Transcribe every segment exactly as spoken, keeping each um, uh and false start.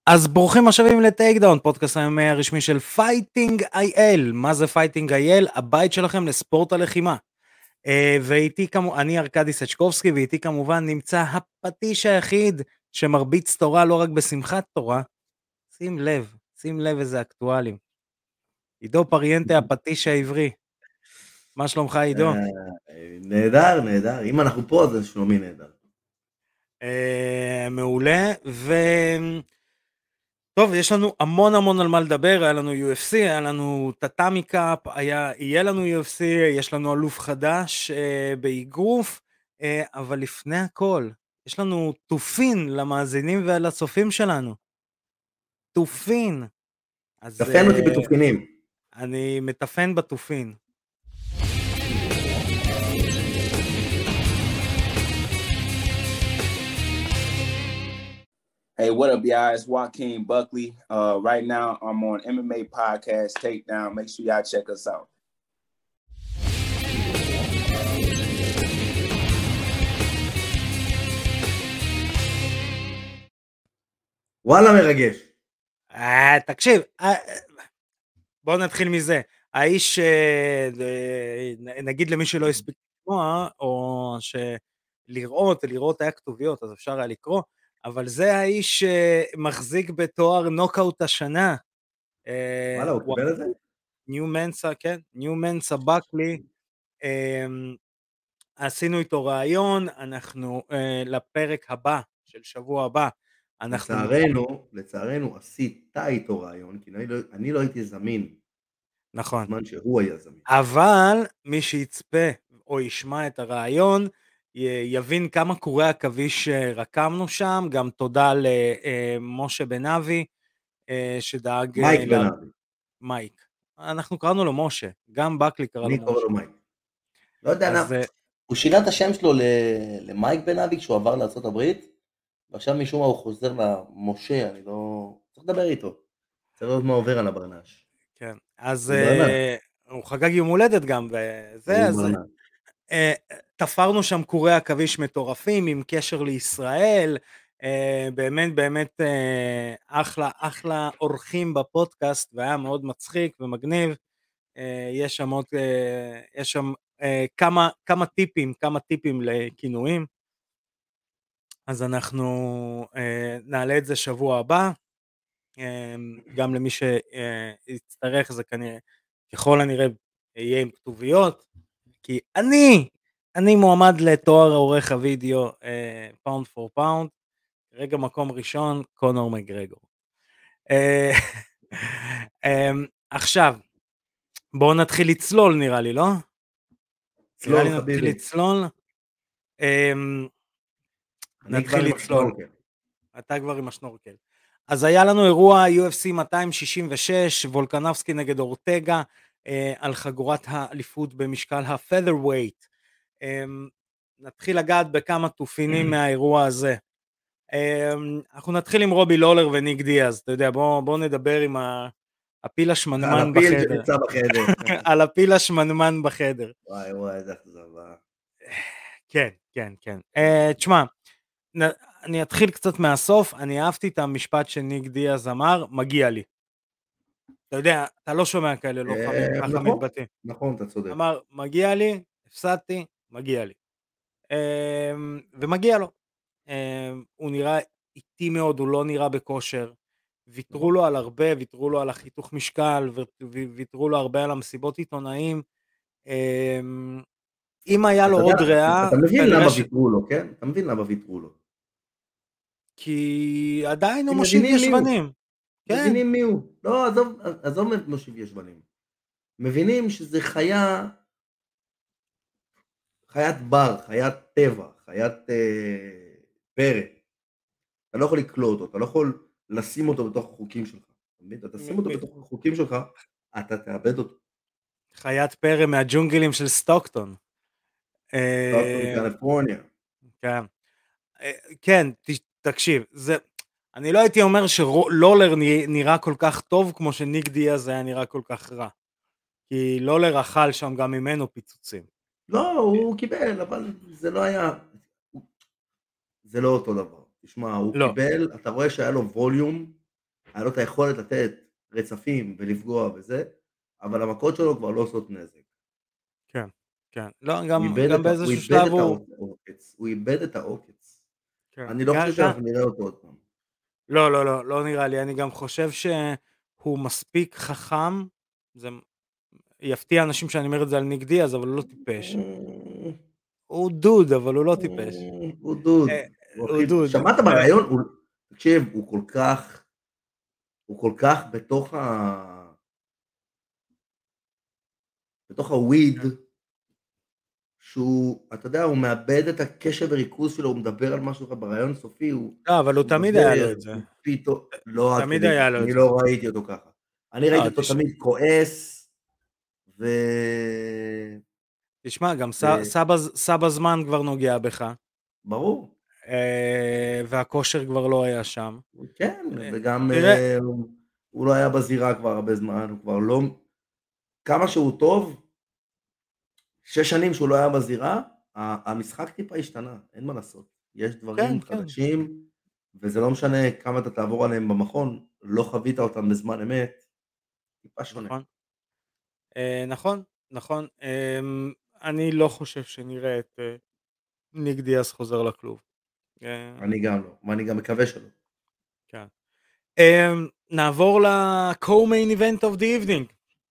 אז ברוכים השבים לטייק דאון, פודקאסט היומי הרשמי של פייטינג איי אל. מה זה פייטינג איי אל? הבית שלכם לספורט הלחימה. אה, ואיתי כמובן, אני ארקדי סצ'קובסקי, ואיתי כמובן נמצא הפטיש היחיד שמרביץ תורה לא רק בשמחת תורה. שים לב, שים לב איזה אקטואלים. עידו פריאנטה, הפטיש העברי. מה שלומך עידו? נהדר, נהדר. אם אנחנו פה, אז שלומי נהדר. אה, מעולה, ו... טוב, יש לנו המון המון על מה לדבר, היה לנו יו אף סי, היה לנו טאטאמי קאפ, היה, יהיה לנו יו אף סי, יש לנו אלוף חדש אה, באגרוף, אה, אבל לפני הכל, יש לנו תופין למאזינים ולצופים שלנו. תופין. אז תפן אותי אה, בתופינים. אני מטפן בתופין. Hey, what up, y'all? It's Joaquin Buckley. Uh, right now, I'm on M M A Podcast Takedown. Make sure y'all check us out. וואלה מרגש. אה, תקשיב, אה, בואו נתחיל מזה. האיש, אה, אה, נגיד למי שלא הספיק לשמוע, או שלראות, לראות היה כתוביות, אז אפשר היה לקרוא, אבל זה האיש שמחזיק בתואר נוקאוט השנה. וואלה, הוא קיבל את זה? ניו מנסה, כן, ניו מנסה בקלי. עשינו איתו רעיון, אנחנו לפרק הבא של שבוע הבא, אנחנו... לצערנו, לצערנו עשית איתו רעיון, כי אני לא, אני לא הייתי זמין. נכון. בזמן שהוא היה זמין. אבל מי שיצפה או ישמע את הרעיון, יבין כמה קורי עכביש רקמנו שם, גם תודה למשה בן אבי, שדאג... מייק בן אבי. מייק. אנחנו קראנו לו משה, גם בקלי קרא לו משה. אני קורא לו מייק. לא יודע, אז... הוא שינה את השם שלו למייק בן אבי כשהוא עבר לארצות הברית, ועכשיו משום מה הוא חוזר למשה, אני לא... צריך לדבר איתו. צריך לראות מה עובר על הברנש. כן, אז הוא חגג יום הולדת גם, וזה, אז... תפרנו שם קורי עכביש מטורפים עם קשר לישראל, באמת באמת אחלה אחלה אורחים בפודקאסט, והיה מאוד מצחיק ומגניב. יש שם עוד, יש שם כמה כמה טיפים, כמה טיפים לכינויים, אז אנחנו נעלה את זה שבוע הבא, גם למי שיצטרך, זה כנראה ככל הנראה יהיה עם כתוביות, כי אני אני מועמד לתואר עורך הוידאו פאונד פור פאונד, רגע מקום ראשון קונור מגרגור. עכשיו בואו נתחיל לצלול, נראה לי, לא? צלול, נראה לי חביבי. נתחיל לצלול. נתחיל לצלול. אתה כבר עם השנורקל. אז היה לנו אירוע יו אף סי מאתיים שישים ושש, וולקנובסקי נגד אורטגה, על חגורת האליפות במשקל ה-featherweight. נתחיל לגעת בכמה תופינים מהאירוע הזה. אנחנו נתחיל עם רובי לולר וניק דיאז, אתה יודע, בואו נדבר עם הפיל השמנמן בחדר. על הפיל שנמצא בחדר. על הפיל השמנמן בחדר. וואי וואי, איזה אכזבה. כן, כן, כן. תשמע, אני אתחיל קצת מהסוף, אני אהבתי את המשפט שניק דיאז אמר, מגיע לי. אתה יודע, אתה לא שומע כאלה לוחמים, ככה מתבטאים. נכון, אתה צודק. אמר, מגיע לי, הפסדתי, מגיע לי. ומגיע לו. הוא נראה איטי מאוד, הוא לא נראה בכושר. ויתרו לו על הרבה, ויתרו לו על החיתוך משקל, ויתרו לו הרבה על המסיבות עיתונאים. אם היה לו עוד ריאה... אתה מבין למה ויתרו לו, כן? אתה מבין למה ויתרו לו. כי עדיין הוא מושיב ישבנים. מבינים מי הוא. לא, עזוב, עזוב מושיב ישבנים. מבינים שזה חיה, חיית בר, חיית טבע, חיית אה, פרא. אתה לא יכול לקלוא אותו, אתה לא יכול לשים אותו בתוך החוקים שלך. אתה תשים אותו בתוך החוקים שלך, אתה תאבד אותו. חיית פרא מהג'ונגלים של סטוקטון. סטוקטון, קליפורניה. כן. כן, תקשיב, זה... אני לא הייתי אומר שלולר נראה כל כך טוב כמו שניק דיאז היה נראה כל כך רע. כי לולר אכל שם גם ממנו פיצוצים. לא, הוא קיבל, אבל זה לא היה... זה לא אותו דבר. תשמע, הוא קיבל, אתה רואה שהיה לו ווליום היה לו את היכולת לתת רצפים ולפגוע בזה, אבל המכות שלו כבר לא עושות נזק. כן, כן. לא, הוא גם, איבד גם את ה- הוא באיזשהו איבד שלב את הוא... העוקץ, הוא איבד את העוקץ. כן. אני לא גם, חושב גם... שאנחנו נראה אותו עוד פעם. לא, לא, לא, לא נראה לי. אני גם חושב שהוא מספיק חכם, זה יפתיע אנשים שאני אומר את זה על ניק דיאז, אבל הוא לא טיפש. הוא דוד, אבל הוא לא טיפש. הוא דוד. אה, הוא הוא הכי- דוד. שמעת אה, ברעיון? הוא- תקשיב, הוא כל כך, הוא כל כך בתוך ה... בתוך הוויד, כן. שהוא, אתה יודע, הוא מאבד את הקשב וריכוז שלו, הוא מדבר על משהו אחד ברעיון סופי, הוא לא, אבל הוא הוא תמיד היה לו מדבר, את זה. הוא פתאום, לא עד תמיד כדי היה כך, לו את אני זה. לא ראיתי אותו ככה. אני לא, ראיתי אותו תש... תמיד כועס, ו... תשמע, גם ס... ו... סבא, סבא זמן כבר נוגע בך, ברור, אה, והכושר כבר לא היה שם. כן, אה, וגם תראה, אה, הוא, הוא לא היה בזירה כבר הרבה זמן, הוא כבר לא... כמה שהוא טוב, שש שנים שהוא לא היה בזירה, ה- המשחק טיפה השתנה, אין מה לעשות. יש כן, דברים כן, חדשים, וזה לא משנה כמה אתה תעבור עליהם במכון, לא חווית אותם בזמן אמת, טיפה שונה. נכון, אה, נכון, נכון. אה, אני לא חושב שנראה את אה, ניק דיאז חוזר לכלוב. אה, אני גם לא, ואני גם מקווה שלא. כן. אה, נעבור ל-co-main event of the evening.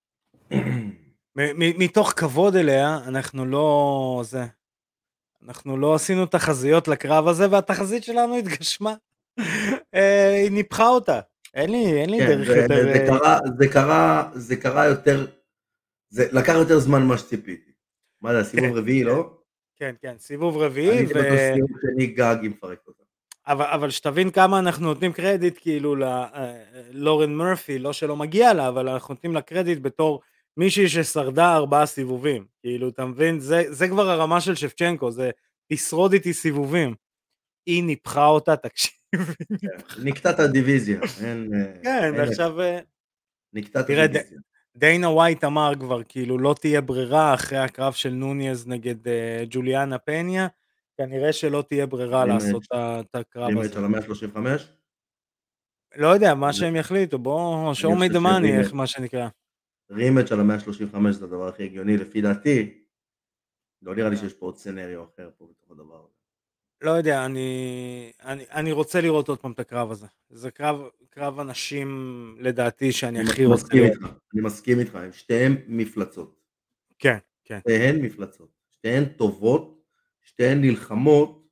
מ- מ- מתוך כבוד אליה, אנחנו לא... זה... אנחנו לא עשינו תחזיות לקרב הזה, והתחזית שלנו התגשמה. אה, היא ניפחה אותה. אין לי, אין לי כן, דרך זה, יותר... זה אה, קרה, זה קרה, זה קרה יותר, זה לקח יותר זמן ממה שציפיתי. מה זה, כן, סיבוב רביעי, כן, לא? כן, כן, סיבוב אני רביעי, הייתי ו... בטוח סיבוב שני גג עם פרק אותה. אבל, אבל שתבין כמה אנחנו נותנים קרדיט כאילו ללורן מרפי, לא שלא מגיע לה, אבל אנחנו נותנים לה קרדיט בתור מישהי ששרדה ארבעה סיבובים. כאילו, אתה מבין? זה, זה כבר הרמה של שפצ'נקו, זה תשרוד איתי סיבובים. היא ניפחה אותה, תקשיב. נקטע את הדיוויזיה, אין... כן, אין- עכשיו... נקטע את תראה, ד- הדיוויזיה. דיינה ווייט אמר כבר, כאילו, לא תהיה ברירה אחרי הקרב של נוניאז נגד uh, ג'וליאנה פניה, כנראה שלא תהיה ברירה לעשות את ה- את הקרב רימץ' הזה. על ה-מאה שלושים וחמש? לא יודע, מה שהם יחליטו, בוא, show me חושב the money, שרימץ'- איך מה שנקרא. רימץ' על ה-מאה שלושים וחמש זה הדבר הכי הגיוני, לפי דעתי. לא נראה לי כן. שיש פה עוד סצנריו אחר פה בתוך הדבר הזה. לא יודע, אני, אני, אני רוצה לראות עוד פעם את הקרב הזה. זה קרב, קרב אנשים, לדעתי, שאני אני הכי רוצה מסכים לראות. איתך, אני מסכים איתך, הם שתיהן מפלצות. כן, כן. שתיהן מפלצות. שתיהן טובות, שתיהן נלחמות.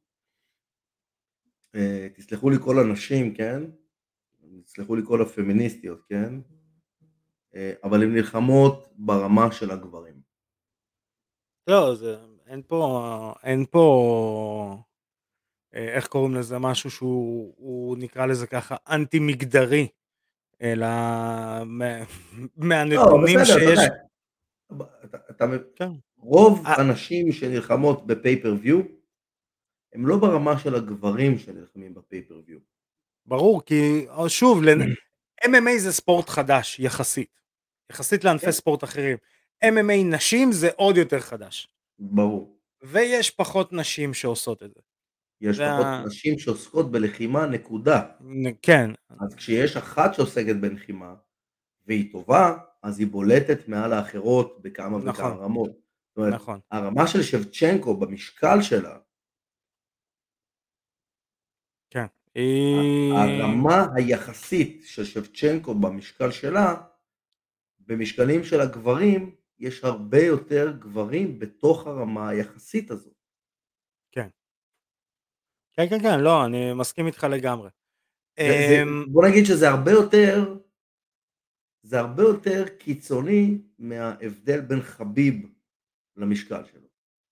אה, תסלחו לי כל הנשים, כן? תסלחו לי כל הפמיניסטיות, כן? אה, אבל הן נלחמות ברמה של הגברים. לא, זה, אין פה, אין פה, אה, איך קוראים לזה, משהו שהוא, הוא נקרא לזה ככה, אנטי מגדרי, אלא מה- לא, מהנתונים בסדר, אתה שיש. יודע, אתה- אתה- כן. רוב אה. הנשים שנלחמות בפייפריוויו, הם לא ברמה של הגברים שנלחמים בפייפריוויו. ברור, כי או, שוב, אם אם איי זה ספורט חדש, יחסית. יחסית לענפי כן. ספורט אחרים. אם אם איי נשים זה עוד יותר חדש. ברור. ויש פחות נשים שעושות את זה. יש זה פחות ה- נשים שעוסקות בלחימה, נקודה. נ- כן, אז כשיש אחת שעוסקת בלחימה, והיא טובה, אז היא בולטת מעל האחרות בכמה וכמה נכון. רמות. זאת אומרת, נכון. הרמה של שבצ'נקו במשקל שלה, כן. היא... הרמה היחסית של שבצ'נקו במשקל שלה, במשקלים של הגברים, יש הרבה יותר גברים בתוך הרמה היחסית הזאת. כן. כן, כן, כן, לא, אני מסכים איתך לגמרי. זה, זה, אמ, בוא נגיד שזה הרבה יותר, זה הרבה יותר קיצוני מההבדל בין חביב למשקל שלו.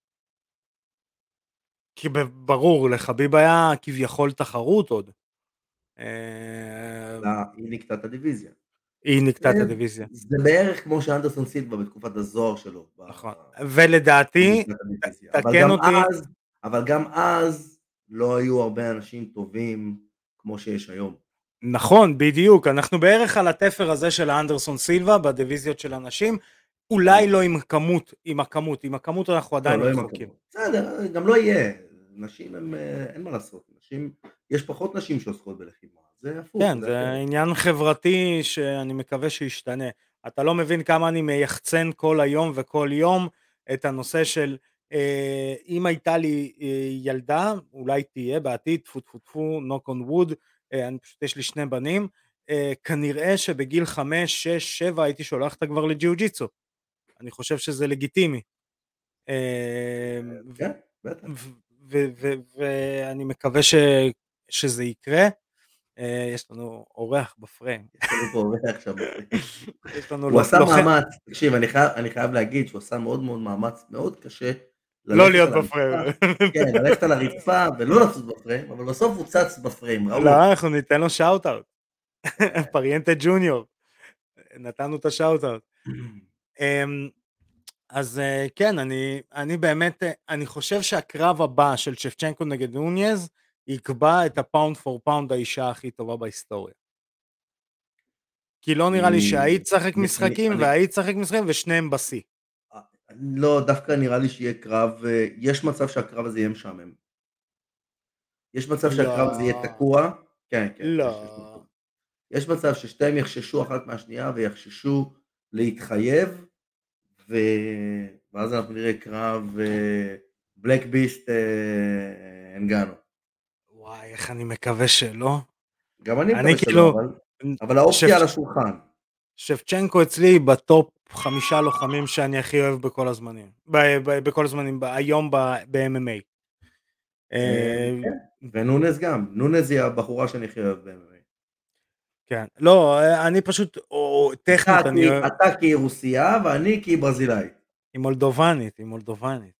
כי ב- ברור, לחביב היה כביכול תחרות עוד. אמ, לא, היא נקטעה את הדיוויזיה. היא נקטעה את זה- הדיוויזיה. זה בערך כמו שאנדרסון סילבה בתקופת הזוהר שלו. ב- נכון. ב- ולדעתי, נקטע את הדיוויזיה. אבל תקן גם אותי. אז, אבל גם אז לא היו הרבה אנשים טובים כמו שיש היום. נכון, בדיוק, אנחנו בערך על התפר הזה של האנדרסון סילבה בדיוויזיות של אנשים, אולי לא עם הכמות, עם הכמות, עם הכמות אנחנו עדיין לא, לא עם רחוקים. הכבוד. בסדר, גם לא יהיה. נשים הם, אה, אין מה לעשות. נשים, יש פחות נשים שעוסקות בלחימה. זה הפוך. כן, זה עניין חברתי שאני מקווה שישתנה. אתה לא מבין כמה אני מייחצן כל היום וכל יום את הנושא של אה, אם הייתה לי אה, ילדה, אולי תהיה בעתיד, טפו טפו טפו, knock on wood, אה, אני פשוט יש לי שני בנים, אה, כנראה שבגיל חמש, שש, שבע הייתי שולח אותה כבר לג'יו ג'יצו. אני חושב שזה לגיטימי. אה, כן, בטח. ואני מקווה שזה יקרה. יש לנו אורח בפריים. יש לנו פה אורח שם בפריים. יש לנו הוא עשה מאמץ, תקשיב, אני חייב להגיד שהוא עשה מאוד מאוד מאמץ, מאוד קשה. לא להיות בפריים. כן, ללכת על הרצפה ולא לצאת בפריים, אבל בסוף הוא צץ בפריים. לא, אנחנו ניתן לו שאוט-אוט. פריאנטה ג'וניור. נתנו את השאוט-אוט. אז כן, אני, אני באמת, אני חושב שהקרב הבא של שבצ'נקו נגד נוניז, יקבע את הפאונד פור פאונד האישה הכי טובה בהיסטוריה. כי לא נראה לי שהיית צחק משחקים, והיית צחק משחקים, ושניהם בסי. לא, דווקא נראה לי שיהיה קרב, יש מצב שהקרב הזה יהיה משעמם. יש מצב שהקרב הזה יהיה תקוע. כן, כן. לא. יש מצב ששתיהם יחששו אחת מהשנייה, ויחששו להתחייב, ו... ואז אנחנו נראה קרב בלק ביסט אנגאנו. וואי, איך אני מקווה שלא. גם אני מקווה שלא, אבל, אבל האופציה על השולחן. שבצ'נקו אצלי בטופ חמישה לוחמים שאני הכי אוהב בכל הזמנים. בכל הזמנים, היום ב-אם אם איי. ונונז גם. נונז היא הבחורה שאני הכי אוהב ב-אם אם איי. כן. לא, אני פשוט, טכנית, אני אוהב... אתה כי רוסיה ואני כי ברזילאית. היא מולדובנית, היא מולדובנית.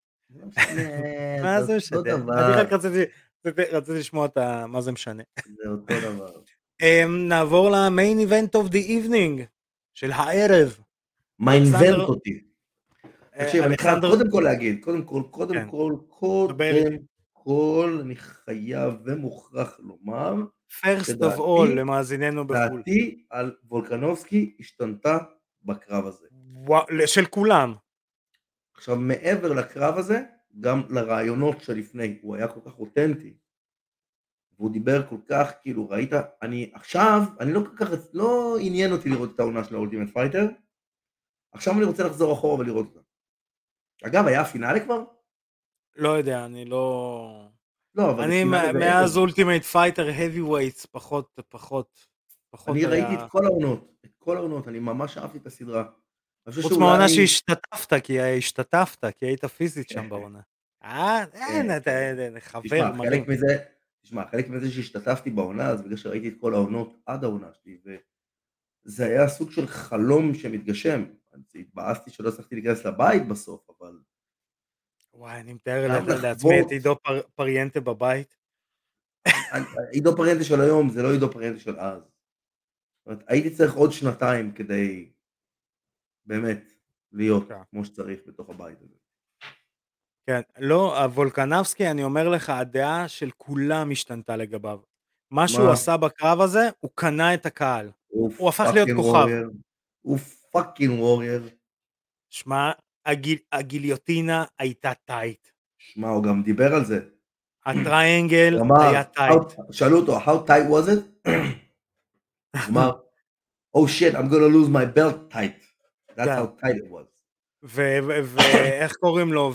מה זה משנה? אני רק רציתי לשמוע מה זה משנה. זה אותו דבר. נעבור למיין איבנט אוף די איבנינג של הערב. מה אינבנט אותי? תקשיב, אני חייב קודם כל להגיד, קודם כל, קודם כל, קודם כל, אני חייב ומוכרח לומר, first of all למאזיננו בחול. דעתי על וולקנובסקי השתנתה בקרב הזה. של כולם. עכשיו, מעבר לקרב הזה, גם לרעיונות שלפני, הוא היה כל כך אותנטי, והוא דיבר כל כך, כאילו, ראית, אני עכשיו, אני לא כל כך, לא עניין אותי לראות את העונה של האולטימט פייטר, עכשיו אני רוצה לחזור אחורה ולראות אותה. אגב, היה פינאלי כבר? לא יודע, אני לא... לא, אבל... אני מאז אולטימט פייטר, heavy weights, פחות, פחות, פחות אני ראיתי את כל העונות, את כל העונות, אני ממש אהבתי את הסדרה. חוץ מהעונה שהשתתפת, כי השתתפת, כי היית פיזית שם בעונה. אה, אין, אתה חבר מרים. תשמע, חלק מזה שהשתתפתי בעונה, אז בגלל שראיתי את כל העונות עד העונה שלי, וזה היה סוג של חלום שמתגשם. התבאסתי שלא הצלחתי להיכנס לבית בסוף, אבל... וואי, אני מתאר לעצמי את עידו פריאנטה בבית. עידו פריאנטה של היום זה לא עידו פריאנטה של אז. זאת אומרת, הייתי צריך עוד שנתיים כדי באמת להיות כמו שצריך בתוך הבית הזה. כן, לא, וולקנובסקי, אני אומר לך, הדעה של כולם השתנתה לגביו. מה שהוא עשה בקרב הזה, הוא קנה את הקהל. הוא הפך להיות כוכב. הוא פאקינג וורייר. שמע, הגיליוטינה הייתה טייט. שמע, הוא גם דיבר על זה. הטריינגל היה טייט. שאלו אותו, how tight was it? הוא אמר, oh shit, I'm gonna lose my belt tight. That's how tight it was. ואיך קוראים לו,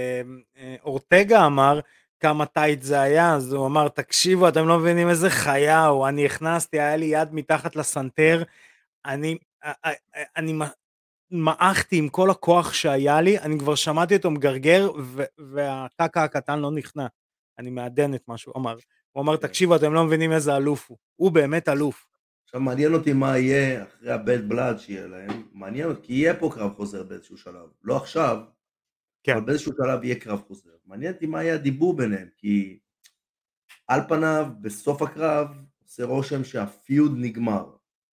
ואורטגה אמר כמה טייט זה היה, אז הוא אמר, תקשיבו, אתם לא מבינים איזה חיה הוא, אני הכנסתי, היה לי יד מתחת לסנטר, אני, אני מעכתי עם כל הכוח שהיה לי, אני כבר שמעתי אותו מגרגר, והקקה הקטן לא נכנע, אני מעדן את מה שהוא אמר, הוא אמר, תקשיבו, אתם לא מבינים איזה אלוף הוא, הוא באמת אלוף. עכשיו מעניין אותי מה יהיה אחרי הבלט בלאד שיהיה להם, מעניין אותי, כי יהיה פה קרב חוזר באיזשהו שלב, לא עכשיו, כן. אבל באיזשהו שלב יהיה קרב חוזר, מעניין אותי מה יהיה הדיבור ביניהם, כי על פניו, בסוף הקרב, עושה רושם שהפיוד נגמר.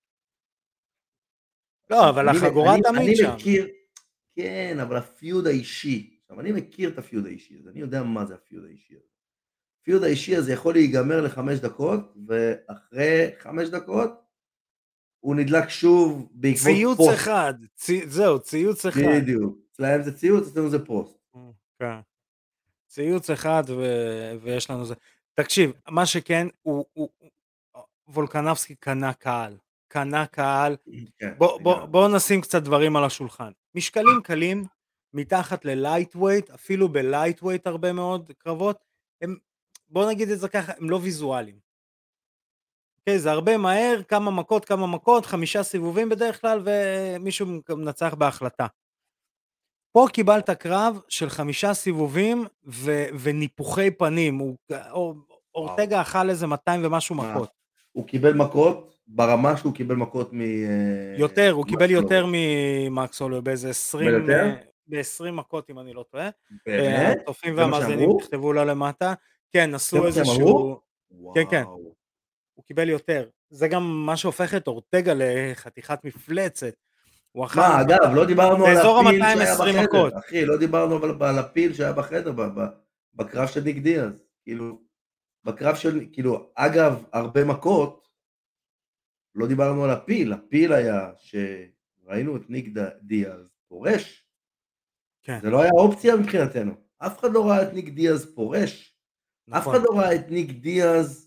לא, אבל החגורה תמיד שם. אני מכיר, כן, אבל הפיוד האישי, עכשיו אני מכיר את הפיוד האישי, אז אני יודע מה זה הפיוד האישי הזה. הפיוד האישי הזה יכול להיגמר לחמש דקות, ואחרי חמש דקות, הוא נדלק שוב בעקבות פוסט. ציוץ אחד, זהו, ציוץ אחד. בדיוק, אצלהם זה ציוץ, אצלנו זה פוסט. כן. ציוץ אחד ויש לנו זה. תקשיב, מה שכן, וולקנבסקי קנה קהל, קנה קהל, כן, בוא, בוא, לגמרי. בוא נשים קצת דברים על השולחן, משקלים קלים, מתחת ללייטווייט, אפילו בלייטווייט הרבה מאוד קרבות, הם, בוא נגיד את זה ככה, הם לא ויזואליים. אוקיי, זה הרבה מהר, כמה מכות, כמה מכות, חמישה סיבובים בדרך כלל, ומישהו מנצח בהחלטה. פה קיבלת קרב של חמישה סיבובים ו- וניפוחי פנים, הוא, אור, אורטגה אכל איזה מאתיים ומשהו מה? מכות. הוא קיבל מכות ברמה שהוא קיבל מכות מ... יותר, הוא קיבל יותר מקסולו. ממקס הולווי, באיזה קיבל עשרים, יותר? ב-עשרים מכות אם אני לא טועה. באמת? הצופים זה מה והמאזינים שאמרו? תכתבו לו למטה. כן, זה עשו מה שהם איזשהו... אמרו? כן, כן, וואו. הוא קיבל יותר. זה גם מה שהופך את אורטגה לחתיכת מפלצת. הוא אכל... מה, אגב, לא דיברנו על באזור הפיל ה-מאתיים שהיה ועשרים מכות. בחדר, אחי, לא דיברנו אבל על הפיל שהיה בחדר, ב- ב- בקרב של ניק דיאז, כאילו, בקרב של, כאילו, אגב, הרבה מכות, לא דיברנו על הפיל, הפיל היה שראינו את ניק ד- דיאז פורש, כן, זה לא היה אופציה מבחינתנו, אף אחד לא ראה את ניק דיאז פורש, אף נכון. אחד לא ראה את ניק דיאז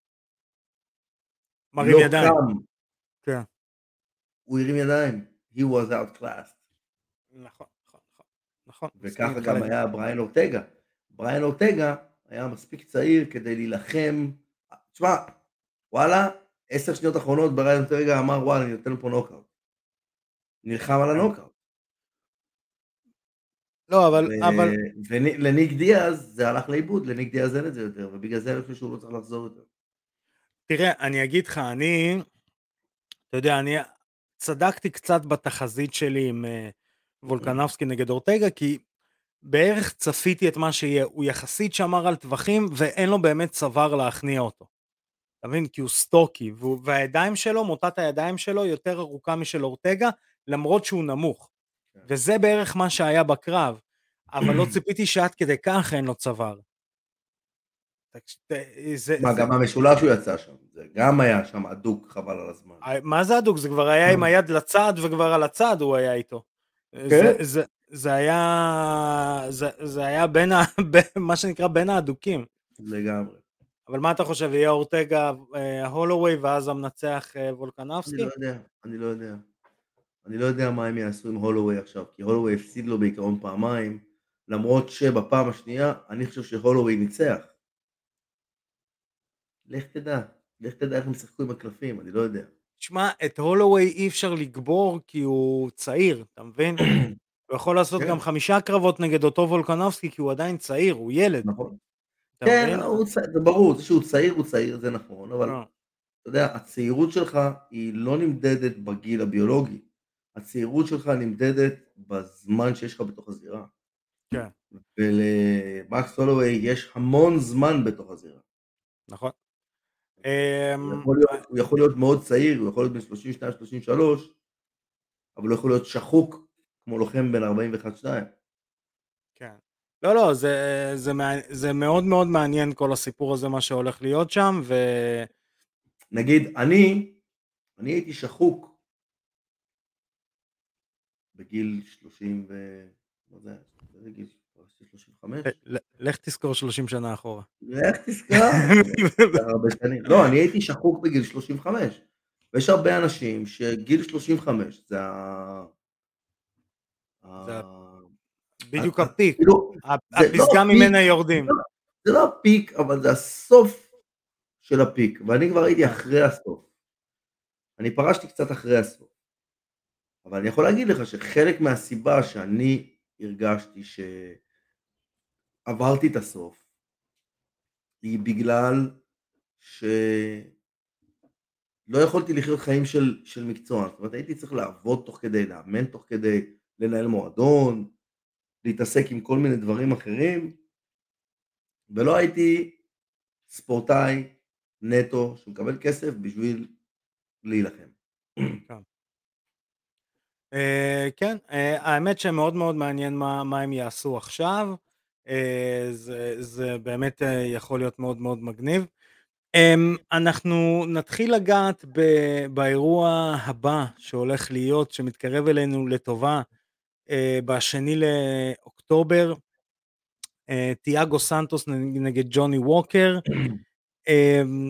מרים לא ידיים. קם, כן. הוא הרים ידיים, he was outclassed. נכון, נכון, נכון. נכון. וככה גם היה בריין אורטגה. בריין אורטגה היה מספיק צעיר כדי להילחם. תשמע, וואלה, עשר שניות אחרונות בריין אורטגה אמר, וואלה, אני נותן לו פה נוקאוט. נלחם על הנוקאוט. לא, אבל... אבל... ולניק דיאז זה הלך לאיבוד, לניק דיאז אין את זה יותר, ובגלל זה אני חושב שהוא לא צריך לחזור יותר. תראה, אני אגיד לך, אני... אתה יודע, אני צדקתי קצת בתחזית שלי עם וולקנבסקי נגד אורטגה, כי בערך צפיתי את מה שיהיה, הוא יחסית שמר על טווחים, ואין לו באמת צוואר להכניע אותו. אתה מבין? כי הוא סטוקי, והידיים שלו, מוטת הידיים שלו, יותר ארוכה משל אורטגה, למרות שהוא נמוך. וזה בערך מה שהיה בקרב, אבל לא ציפיתי שעד כדי כך אין לו צוואר. מה, גם המשולש הוא יצא שם, זה גם היה שם אדוק חבל על הזמן. מה זה אדוק? זה כבר היה עם היד לצד, וכבר על הצד הוא היה איתו. זה היה, זה היה בין, מה שנקרא בין האדוקים. לגמרי. אבל מה אתה חושב, יהיה אורטגה הולווי, ואז המנצח וולקנבסקי? אני לא יודע, אני לא יודע. אני לא יודע מה הם יעשו עם הולווי עכשיו, כי הולווי הפסיד לו בעיקרון פעמיים, למרות שבפעם השנייה אני חושב שהולווי ניצח. לך תדע, לך תדע איך הם שחקו עם הקלפים, אני לא יודע. תשמע, את הולווי אי אפשר לגבור כי הוא צעיר, אתה מבין? הוא יכול לעשות גם חמישה קרבות נגד אותו וולקנבסקי, כי הוא עדיין צעיר, הוא ילד. נכון. כן, זה ברור, זה שהוא צעיר הוא צעיר, זה נכון, אבל אתה יודע, הצעירות שלך היא לא נמדדת בגיל הביולוגי, הצעירות שלך נמדדת בזמן שיש לך בתוך הזירה. כן. ולמקס הולווי יש המון זמן בתוך הזירה. נכון. הוא יכול להיות מאוד צעיר, הוא יכול להיות בין שלושים ושתיים שלושים ושלוש, אבל הוא יכול להיות שחוק כמו לוחם בין ארבעים ואחת שתיים. כן. לא, לא, זה, זה, זה מאוד מאוד מעניין כל הסיפור הזה, מה שהולך להיות שם, ו... נגיד, אני, אני הייתי שחוק בגיל שלושים ו... לא יודע, זה גיל שלושים וחמש? לך תזכור שלושים שנה אחורה. לך תזכור, זה הרבה שנים. לא, אני הייתי שחוק בגיל שלושים וחמש, ויש הרבה אנשים שגיל שלושים וחמש זה ה... זה בדיוק הפיק, הפסגה לא ממנה יורדים. זה לא הפיק, אבל זה הסוף של הפיק, ואני כבר הייתי אחרי הסוף. אני פרשתי קצת אחרי הסוף. אבל אני יכול להגיד לך שחלק מהסיבה שאני הרגשתי שעברתי את הסוף, היא בגלל שלא יכולתי לחיות חיים של, של מקצוע. זאת אומרת, הייתי צריך לעבוד תוך כדי, לאמן תוך כדי, לנהל מועדון, להתעסק עם כל מיני דברים אחרים, ולא הייתי ספורטאי נטו שמקבל כסף בשביל להילחם. כן, האמת שמאוד מאוד מעניין מה הם יעשו עכשיו, זה באמת יכול להיות מאוד מאוד מגניב. אנחנו נתחיל לגעת באירוע הבא שהולך להיות, שמתקרב אלינו לטובה, בשני לאוקטובר, תיאגו סנטוס נגד ג'וני ווקר.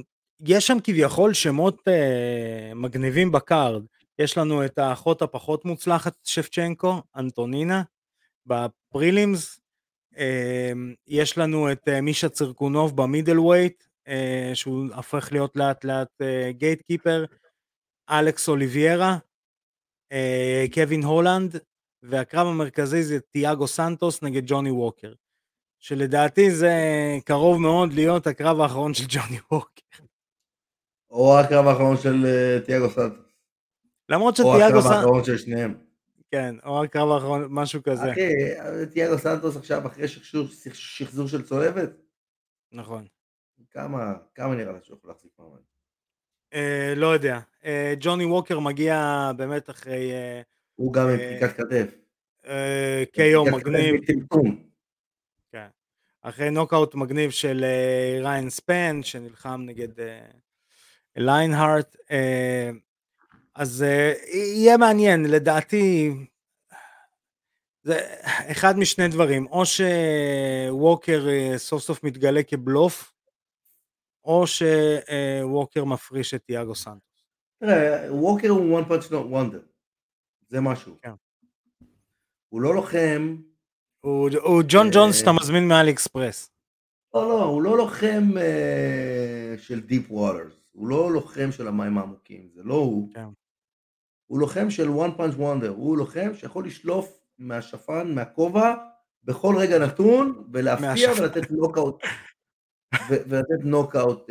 יש שם כביכול שמות uh, מגניבים בקארד, יש לנו את האחות הפחות מוצלחת שבצ'נקו, אנטונינה, בפרילימס, uh, יש לנו את uh, מישה צירקונוב במידל ווייט, uh, שהוא הפך להיות לאט לאט גייט uh, קיפר, אלכס אוליביירה, uh, קווין הולנד, והקרב המרכזי זה תיאגו סנטוס נגד ג'וני ווקר, שלדעתי זה קרוב מאוד להיות הקרב האחרון של ג'וני ווקר. או הקרב האחרון של uh, תיאגו סנטוס. למרות שתיאגו סנטוס... או הקרב סנ... האחרון של שניהם. כן, או הקרב האחרון, משהו כזה. אחי, תיאגו סנטוס עכשיו אחרי שחזור, שחזור של צולבת? נכון. כמה, כמה נראה לה שהוא יכול להחזיק מעמד? אה, לא יודע. אה, ג'וני ווקר מגיע באמת אחרי... אה, הוא גם עם אה, פריקת כתף. אה, קיו מגניב. טמטום. כן. אחרי נוקאוט מגניב של אה, ריין ספן, שנלחם נגד אה, ליינהארט. אה, אז אה, יהיה מעניין, לדעתי... זה אחד משני דברים, או שווקר סוף סוף מתגלה כבלוף, או שווקר מפריש את תיאגו סנטוס. תראה, ווקר הוא one punch not wonder, זה משהו. כן. הוא לא לוחם. הוא, הוא ג'ון ג'ונס שאתה מזמין מאלי אקספרס. לא, לא, הוא לא לוחם uh, של דיפ ווטרס, הוא לא לוחם של המים העמוקים, זה לא הוא. כן. הוא לוחם של one punch wonder, הוא לוחם שיכול לשלוף מהשפן, מהכובע, בכל רגע נתון, ולהפתיע ולתת נוקאוט, ולתת נוקאוט,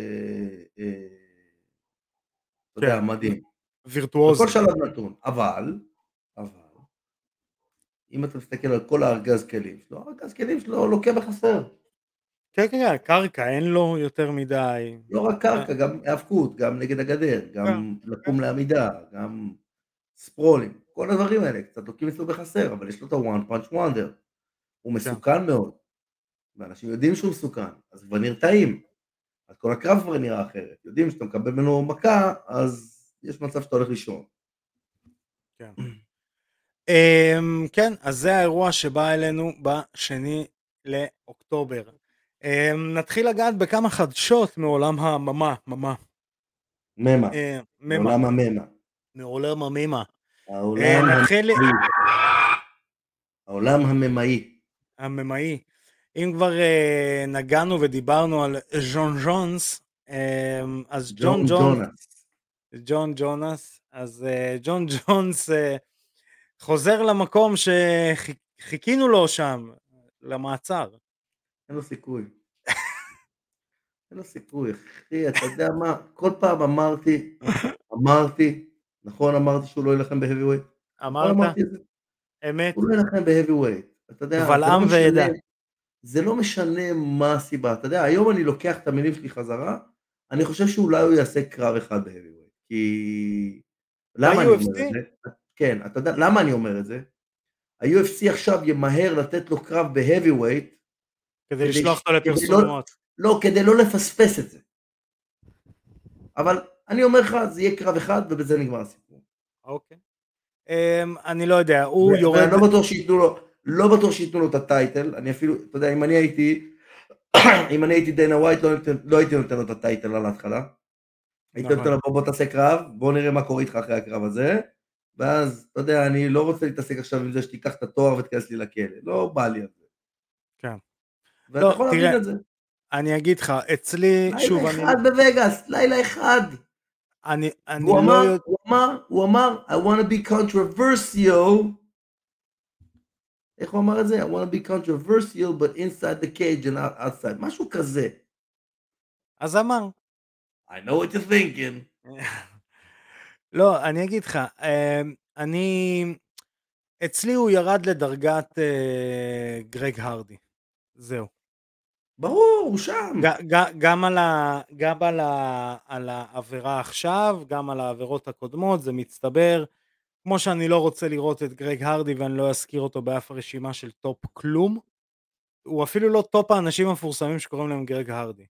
אתה יודע, מדהים. וירטואוזי. בכל שלב נתון, אבל, אבל, אם אתה מסתכל על כל הארגז כלים שלו, הארגז כלים שלו לוקה בחסר. כן, כן, קרקע, אין לו יותר מדי. לא רק קרקע, גם האבקות, גם נגד הגדר, גם לקום לעמידה, גם ספרולים. כל הדברים האלה קצת לוקים אצלו בחסר, אבל יש לו את ה-one punch wonder. הוא מסוכן מאוד, ואנשים יודעים שהוא מסוכן, אז כבר נרתעים. אז כל הקרב כבר נראה אחרת. יודעים שאתה מקבל ממנו מכה, אז יש מצב שאתה הולך לישון. כן. כן, אז זה האירוע שבא אלינו בשני לאוקטובר. נתחיל לגעת בכמה חדשות מעולם הממה, ממה. ממה. מעולם הממה. מעולם הממה. העולם נתחיל... העולם הממאי. הממאי. אם כבר נגענו ודיברנו על ג'ון ג'ונס, אז ג'ון ג'ונס. ג'ון ג'ונס. אז ג'ון ג'ונס חוזר למקום שחיכינו לו שם, למעצר. אין לו סיכוי. אין לו סיכוי, אחי, אתה יודע מה? כל פעם אמרתי, אמרתי, נכון אמרתי שהוא לא ילחם בהאבי ווייט? אמרת? אמת? הוא לא ילחם בהאבי ווייט. אתה יודע, ולעם ועדה. זה לא משנה מה הסיבה. אתה יודע, היום אני לוקח את המילים שלי חזרה, אני חושב שאולי הוא יעשה קרב אחד בהאבי ווייט. כי... למה אני אומר את זה? כן, אתה יודע, למה אני אומר את זה? ה-יו אף סי עכשיו ימהר לתת לו קרב בהאבי ווייט, כדי לשלוח אותו לפרסומות. לא, כדי לא לפספס את זה. אבל אני אומר לך, זה יהיה קרב אחד, ובזה נגמר הסיפור. אוקיי. אני לא יודע, הוא יורד... ואני לא בטוח שייתנו לו, לא בטוח שייתנו לו את הטייטל, אני אפילו, אתה יודע, אם אני הייתי, אם אני הייתי דיינה ווייט, לא הייתי נותן לו את הטייטל על ההתחלה. הייתי נותן לו, בוא תעשה קרב, בוא נראה מה קורה איתך אחרי הקרב הזה, ואז, אתה יודע, אני לא רוצה להתעסק עכשיו עם זה שתיקח את התואר ותכנס לי לכלא, לא בא לי על זה. כן. ואתה יכול להבין את זה. אני אגיד לך, אצלי, שוב אני... לילה אחד בווגאס, לילה אחד. אני, אני הוא לא אמר, יודע... הוא אמר, הוא אמר, I want to be controversial. איך הוא אמר את זה? I want to be controversial, but inside the cage and outside. משהו כזה. אז אמר. I know what you're thinking. לא, אני אגיד לך, אני... אצלי הוא ירד לדרגת גרג הרדי. זהו. ברור, הוא שם. גם על ה, גם על ה, על העבירה עכשיו, גם על העבירות הקודמות, זה מצטבר. כמו שאני לא רוצה לראות את גרג הרדי, ואני לא אזכיר אותו באף רשימה של טופ כלום, הוא אפילו לא טופ האנשים המפורסמים שקוראים להם גרג הרדי.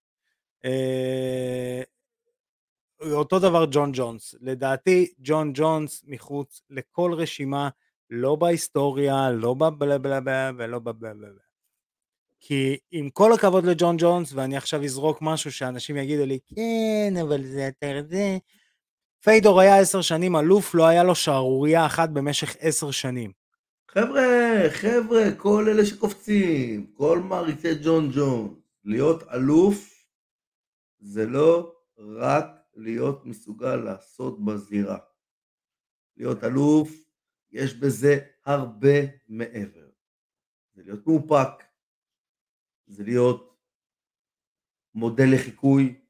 אותו דבר ג'ון ג'ונס. לדעתי, ג'ון ג'ונס מחוץ לכל רשימה, לא בהיסטוריה, לא בבלבלבל ולא בבלבלבל. כי עם כל הכבוד לג'ון ג'ונס, ואני עכשיו אזרוק משהו שאנשים יגידו לי, כן, אבל זה יותר זה, פיידור היה עשר שנים אלוף, לא היה לו שערוריה אחת במשך עשר שנים. חבר'ה, חבר'ה, כל אלה שקופצים, כל מעריצי ג'ון ג'ונס, להיות אלוף זה לא רק להיות מסוגל לעשות בזירה. להיות אלוף, יש בזה הרבה מעבר. זה להיות מאופק, זה להיות מודל לחיקוי.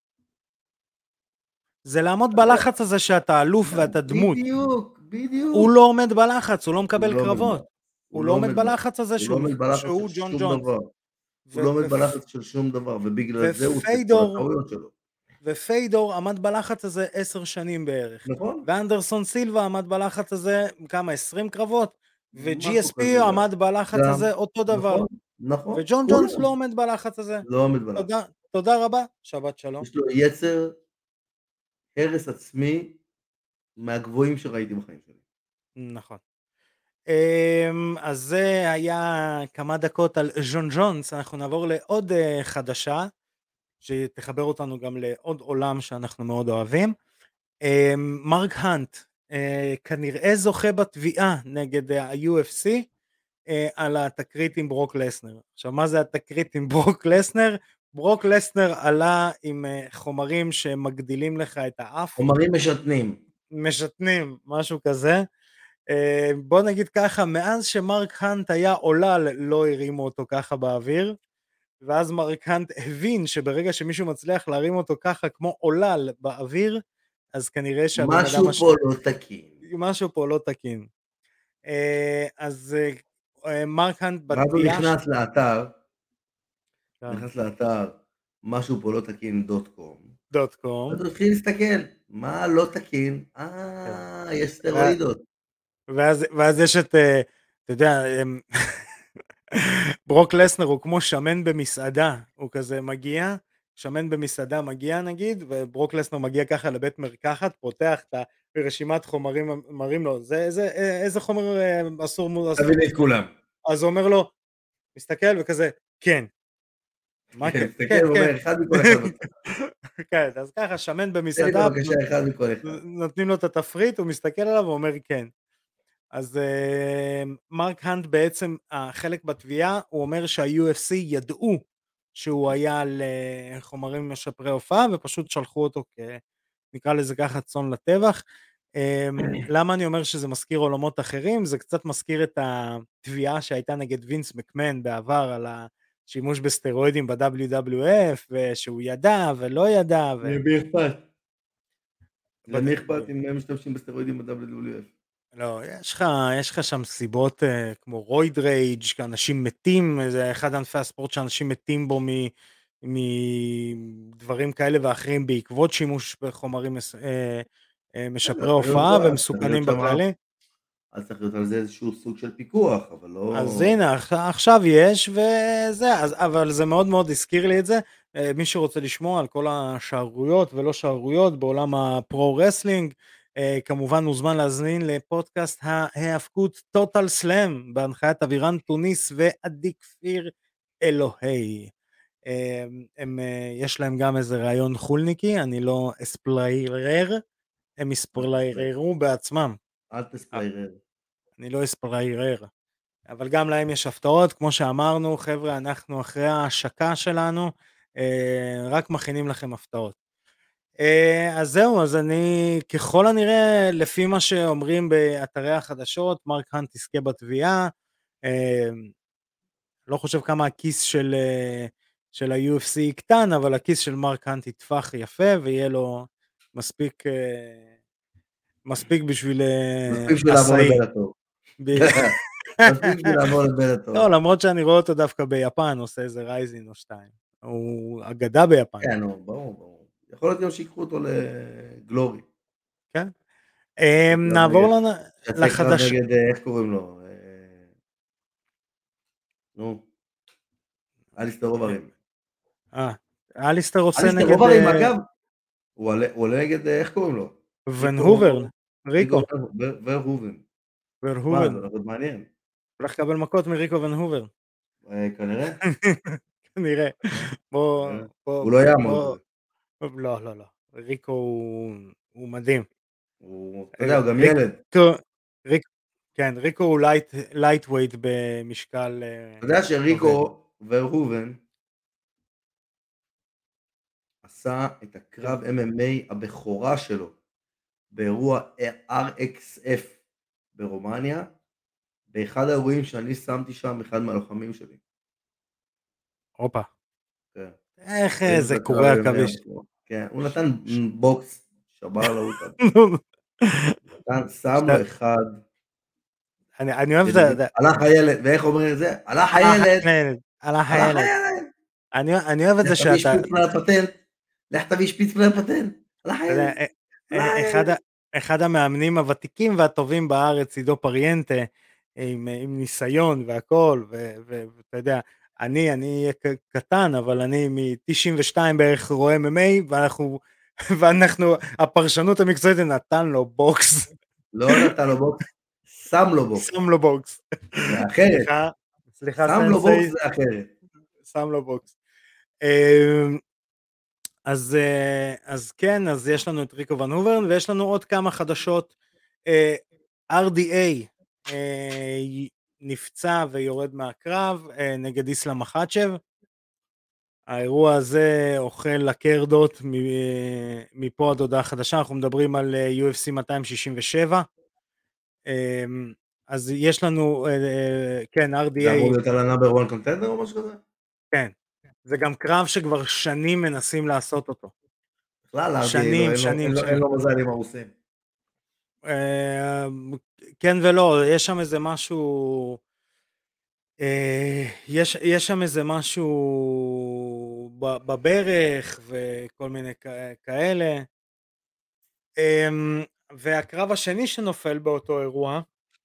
זה לעמוד בלחץ הזה שאתה אלוף ואתה דמות. בדיוק, בדיוק. הוא לא עומד בלחץ, הוא לא מקבל הוא לא קרבות. עומד. הוא לא עומד בלחץ הזה הוא לא עומד בלחץ שהוא של ג'ון שום ג'ונס. דבר. הוא לא עומד בלחץ של שום דבר, ובגלל זה הוא עושה את כל הטעויות שלו. ופיידור עמד בלחץ הזה עשר שנים בערך. נכון. ואנדרסון סילבה עמד בלחץ הזה כמה, עשרים קרבות, ו-ג'י אס פי עמד בלחץ הזה אותו דבר. נכון. וג'ון ג'ונס לא עומד בלחץ הזה. לא עומד בלחץ. תודה רבה, שבת שלום. יש לו יצר הרס עצמי מהגבוהים שראיתי בחיים שלי. נכון. אז זה היה כמה דקות על ג'ון ג'ונס. אנחנו נעבור לעוד חדשה, שתחבר אותנו גם לעוד עולם שאנחנו מאוד אוהבים. מרק הנט כנראה זוכה בתביעה נגד ה-יו אף סי על התקרית עם ברוק לסנר. עכשיו, מה זה התקרית עם ברוק לסנר? ברוק לסנר עלה עם חומרים שמגדילים לך את האף. חומרים משתנים. משתנים, משהו כזה. בוא נגיד ככה, מאז שמרק הנט היה עולל, לא הרימו אותו ככה באוויר. ואז מרק הנט הבין שברגע שמישהו מצליח להרים אותו ככה כמו עולל באוויר, אז כנראה שהבן אדם... משהו פה לא תקין. משהו פה לא תקין. אז מרק הנט בתביעה... ואז הוא נכנס לאתר, נכנס לאתר, משהו פה לא תקין דוט קום. דוט קום. אז הוא התחיל להסתכל, מה לא תקין? אה, יש סטרואידות. ואז יש את, אתה יודע... ברוק לסנר הוא כמו שמן במסעדה, הוא כזה מגיע, שמן במסעדה מגיע נגיד, וברוק לסנר מגיע ככה לבית מרקחת, פותח את הרשימת חומרים, מראים לו, זה, איזה, איזה חומר אסור, אסור. תבין את כולם. אז הוא אומר לו, מסתכל וכזה, כן. מה כן? מסתכל, הוא אומר, אחד מכל אחד. כן, אז ככה, שמן במסעדה, נותנים לו את התפריט, הוא מסתכל עליו ואומר כן. אז uh, מרק הנט בעצם, החלק בתביעה, הוא אומר שה-יו אף סי ידעו שהוא היה על uh, חומרים משפרי הופעה, ופשוט שלחו אותו, כ, נקרא לזה ככה, צאן לטבח. Um, למה אני אומר שזה מזכיר עולמות אחרים? זה קצת מזכיר את התביעה שהייתה נגד וינס מקמן בעבר, על השימוש בסטרואידים ב-דאבליו דאבליו אף, ושהוא ידע ולא ידע. ו... למי אכפת? למי אכפת אם הם משתמשים בסטרואידים ב-דאבליו דאבליו אף? לא, יש לך, יש לך שם סיבות uh, כמו רויד רייג', כאנשים מתים, זה אחד ענפי הספורט שאנשים מתים בו מדברים כאלה ואחרים בעקבות שימוש בחומרים uh, uh, משפרי הופעה ומסוכנים בכללי. אז צריך להיות על זה איזשהו סוג של פיקוח, אבל לא... אז הנה, עכשיו יש וזה, אז, אבל זה מאוד מאוד הזכיר לי את זה. uh, מי שרוצה לשמוע על כל השערויות ולא שערויות בעולם הפרו-רסלינג, Uh, כמובן מוזמן להזמין לפודקאסט ההאבקות טוטל סלאם בהנחיית אבירן טוניס ועדי כפיר אלוהי. Uh, הם, uh, יש להם גם איזה רעיון חולניקי, אני לא אספליירר, הם אספלייררו בעצמם. אל תספליירר. אני לא אספליירר, אבל גם להם יש הפתעות, כמו שאמרנו, חבר'ה, אנחנו אחרי ההשקה שלנו, uh, רק מכינים לכם הפתעות. אז זהו, אז אני ככל הנראה לפי מה שאומרים באתרי החדשות, מרק הנט תזכה בתביעה, לא חושב כמה הכיס של, של ה-יו אף סי יקטן, אבל הכיס של מרק הנט יתפח יפה, ויהיה לו מספיק, מספיק בשביל מספיק בשביל לעבור לבלאטור. מספיק בשביל לעבור לבלאטור. לא, למרות שאני רואה אותו דווקא ביפן, עושה איזה רייזין או שתיים, הוא אגדה ביפן. כן, ברור, ברור. יכול להיות גם שיקחו אותו לגלורי. כן. נעבור לחדש. נגד, איך קוראים לו? נו. אליסטר רוברים. אה, אליסטר עושה נגד... אליסטר רוברים, אגב, הוא עולה נגד, איך קוראים לו? ון הובר, ריקו. ורהובן. ורהובן. מה, זה מעניין. הולך לקבל מכות מריקו ון הובר. כנראה. כנראה. בוא, בוא, הוא לא יעמוד בוא, בזה. לא, לא, לא. ריקו הוא מדהים. אתה יודע, הוא גם ילד. כן, ריקו הוא לייט ווייט במשקל... אתה יודע שריקו וראובן עשה את הקרב אם אם איי הבכורה שלו באירוע אר אקס אף ברומניה, באחד האירועים שאני שמתי שם אחד מהלוחמים שלי. הופה. כן. איך זה קורה עכביש. כן, הוא נתן בוקס, שבר לו אותה. נתן, שם לו אחד. אני אוהב זה. הלך הילד, ואיך אומרים את זה? הלך הילד. הלך הילד. אני אוהב את זה שאתה... לך תביא שפיץ לפטנט. הלך הילד. אחד המאמנים הוותיקים והטובים בארץ, עידו פריאנטה, עם ניסיון והכל, ואתה יודע, אני, אני אהיה קטן, אבל אני מ-תשעים ושתיים בערך רואה אם אם איי, ואנחנו, ואנחנו, הפרשנות המקצועית נתן לו בוקס. לא נתן לו בוקס, שם לו בוקס. שם לו בוקס. זה אחרת. סליחה, שם לו בוקס זה אחרת. שם לו בוקס. אז, אז כן, אז יש לנו את ריקו ון הוברן, ויש לנו עוד כמה חדשות. אר די איי נפצע ויורד מהקרב נגד איסלאם מחצ'ב. האירוע הזה אוכל לקרדות מפה עד הודעה חדשה, אנחנו מדברים על יו אף סי מאתיים שישים ושבע. אז יש לנו, כן, אר די איי... זה אמור להיות על הנאבר וואן קונטנדר או משהו כזה? כן, זה גם קרב שכבר שנים מנסים לעשות אותו. בכלל, שנים, שנים, שנים. אין לו מזל עם הרוסים. כן ולא, יש שם איזה משהו, יש, יש שם איזה משהו בברך וכל מיני כאלה. והקרב השני שנופל באותו אירוע,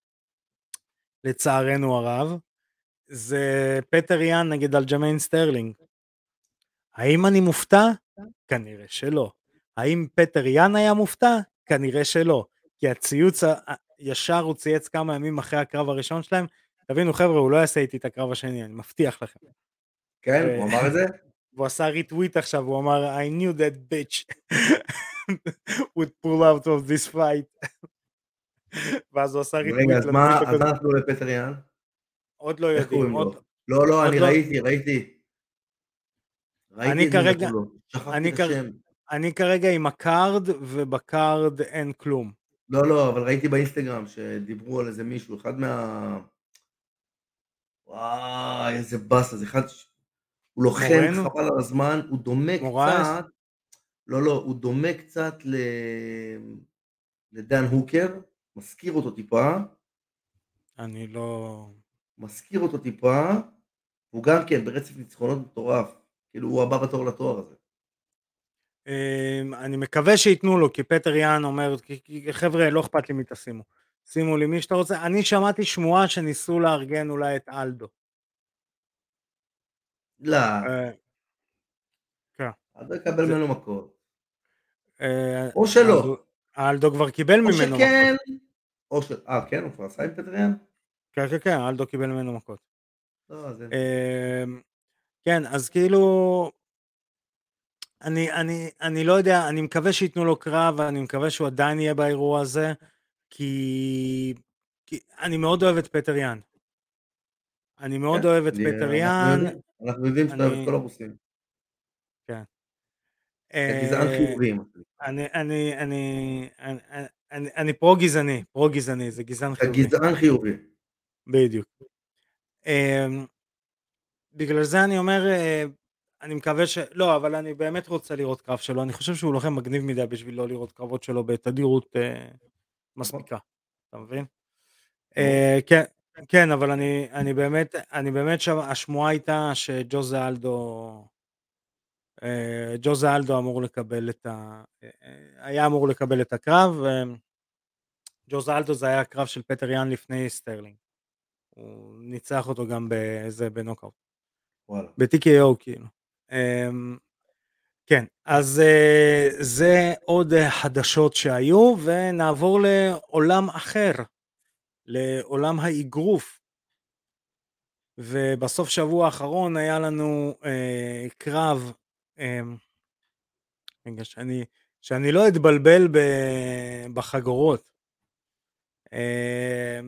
לצערנו הרב, זה פטר יאן נגד אלג'מיין סטרלינג. האם אני מופתע? כנראה שלא. האם פטר יאן היה מופתע? כנראה שלא. כי הציוץ ישר הוא צייץ כמה ימים אחרי הקרב הראשון שלהם. תבינו חבר'ה, הוא לא יעשה איתי את הקרב השני, אני מבטיח לכם. כן, הוא אמר את זה? והוא עשה ריטוויט עכשיו, הוא אמר, I knew that bitch would pull out of this fight. ואז הוא עשה ריטוויט. רגע, אז מה עזרנו לפטר יאן? עוד לא יודעים. לא, לא, אני ראיתי, ראיתי. אני כרגע, אני כרגע, אני כרגע עם הקארד, ובקארד אין כלום. לא, לא, אבל ראיתי באינסטגרם שדיברו על איזה מישהו, אחד מה... וואי, איזה בסה, זה אחד... הוא לוחם חבל על הזמן, הוא דומה קצת... לא, לא, הוא דומה קצת ל... לדן הוקר, מזכיר אותו טיפה. אני לא... מזכיר אותו טיפה, הוא גם כן ברצף ניצחונות מטורף. כאילו הוא הבא בתור לתואר הזה. אני מקווה שיתנו לו, כי פטר יאן אומר, חבר'ה, לא אכפת לי מי תשימו. שימו לי מי שאתה רוצה. אני שמעתי שמועה שניסו לארגן אולי את אלדו. לא. כן. אלדו יקבל ממנו מכות. או שלא. אלדו כבר קיבל ממנו מכות. או שכן. או ש... אה, כן, הוא כבר עשה עם פטר יאן? כן, כן, כן, אלדו קיבל ממנו מכות. לא, זה... כן, אז כאילו, אני, אני, אני לא יודע, אני מקווה שיתנו לו קרב, אני מקווה שהוא עדיין יהיה באירוע הזה, כי, כי אני מאוד אוהב את פטר יאן. אני מאוד אוהב את פטר יאן. אנחנו יודעים שאתה אוהב את כל הרוסים. כן. גזען חיובי. אני, אני, אני, אני, אני פרו גזעני, פרו גזעני, זה גזען חיובי. גזען חיובי. בדיוק. בגלל זה אני אומר, אני מקווה ש... לא, אבל אני באמת רוצה לראות קרב שלו, אני חושב שהוא לוחם מגניב מדי בשביל לא לראות קרבות שלו בתדירות מספיקה, אתה מבין? כן, כן, אבל אני, אני באמת, אני באמת, השמועה הייתה שג'וזה אלדו, ג'וזה אלדו אמור לקבל את ה... היה אמור לקבל את הקרב, ג'וזה אלדו זה היה הקרב של פטר יאן לפני סטרלינג, הוא ניצח אותו גם באיזה בנוקאוט. ב-טי קיי או כאילו. כן, אז זה עוד חדשות שהיו, ונעבור לעולם אחר, לעולם האגרוף. ובסוף שבוע האחרון היה לנו אה, קרב, אה, רגע, שאני, שאני לא אתבלבל ב, בחגורות. אה,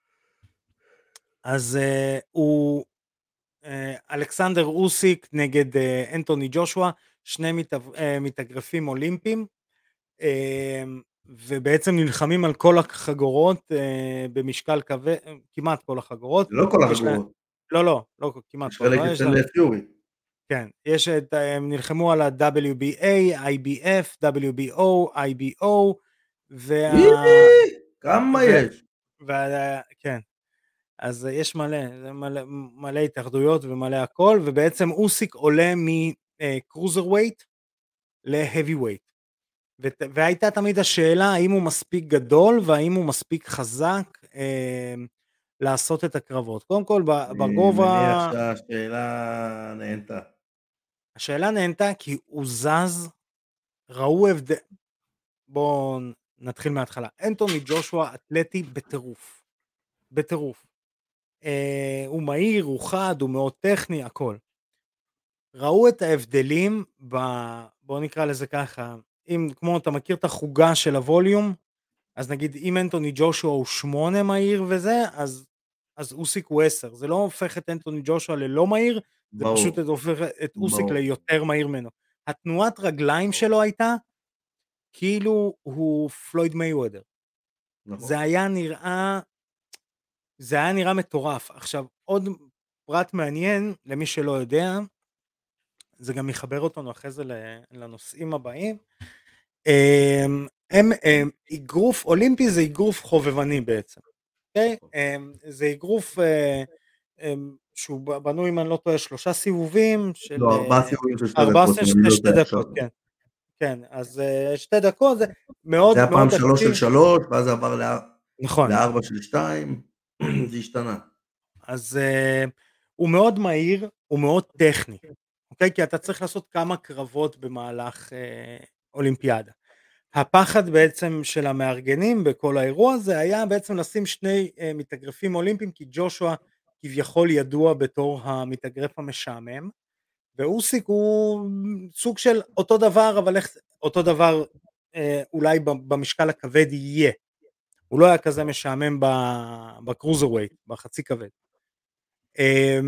אז אה, הוא אה, אלכסנדר אוסיק נגד אה, אנטוני ג'ושוע, שני מתאב, אה, מתאגרפים אולימפיים, אה, ובעצם נלחמים על כל החגורות אה, במשקל כבד, כמעט כל החגורות. זה לא כל יש לה, החגורות. לא, לא, לא כמעט יש כל חלק החגורות. יש אצל לה, פיורי. כן, יש את, הם נלחמו על ה-דאבליו בי איי, איי בי אף, דאבליו בי או, איי בי או, וה... כמה ו... יש? וה... כן. אז יש מלא, זה מלא, מלא התאחדויות ומלא הכל, ובעצם אוסיק עולה מקרוזר ווייט להבי ווייט. והייתה תמיד השאלה האם הוא מספיק גדול והאם הוא מספיק חזק אה, לעשות את הקרבות. קודם כל בגובה... אני מניח שהשאלה נהנתה. השאלה נהנתה כי הוא זז, ראו הבדל... בואו נתחיל מההתחלה. אנטוני ג'ושוע אתלטי בטירוף. בטירוף. אה, הוא מהיר, הוא חד, הוא מאוד טכני, הכל. ראו את ההבדלים, ב... בואו נקרא לזה ככה, אם כמו אתה מכיר את החוגה של הווליום, אז נגיד אם אנטוני ג'ושוע הוא שמונה מהיר וזה, אז, אז אוסיק הוא עשר. זה לא הופך את אנטוני ג'ושוע ללא מהיר, זה ברור. פשוט הופך את אוסיק ברור. ליותר מהיר ממנו. התנועת רגליים שלו הייתה, כאילו הוא פלויד מייוודר. נכון. זה היה נראה, זה היה נראה מטורף. עכשיו, עוד פרט מעניין, למי שלא יודע, זה גם יחבר אותנו אחרי זה לנושאים הבאים. הם, הם, הם, אגרוף אולימפי זה אגרוף חובבני בעצם. Okay? זה אגרוף שהוא בנוי, אם אני לא טועה, שלושה סיבובים של... לא, ארבעה סיבובים של שתי ארבעה דקות. של שתי דקות, כן. כן, אז שתי דקות זה מאוד... זה היה פעם שלוש של שלוש, ואז זה עבר נכון. לארבע של שתיים, זה השתנה. אז הוא מאוד מהיר, הוא מאוד טכני. אוקיי? כי אתה צריך לעשות כמה קרבות במהלך אה, אולימפיאדה. הפחד בעצם של המארגנים בכל האירוע הזה היה בעצם לשים שני אה, מתאגרפים אולימפיים, כי ג'ושוע כביכול ידוע בתור המתאגרף המשעמם, ואוסיק הוא סוג של אותו דבר, אבל איך, אותו דבר אה, אולי במשקל הכבד יהיה. הוא לא היה כזה משעמם בקרוזר ווייט, בחצי כבד. אה,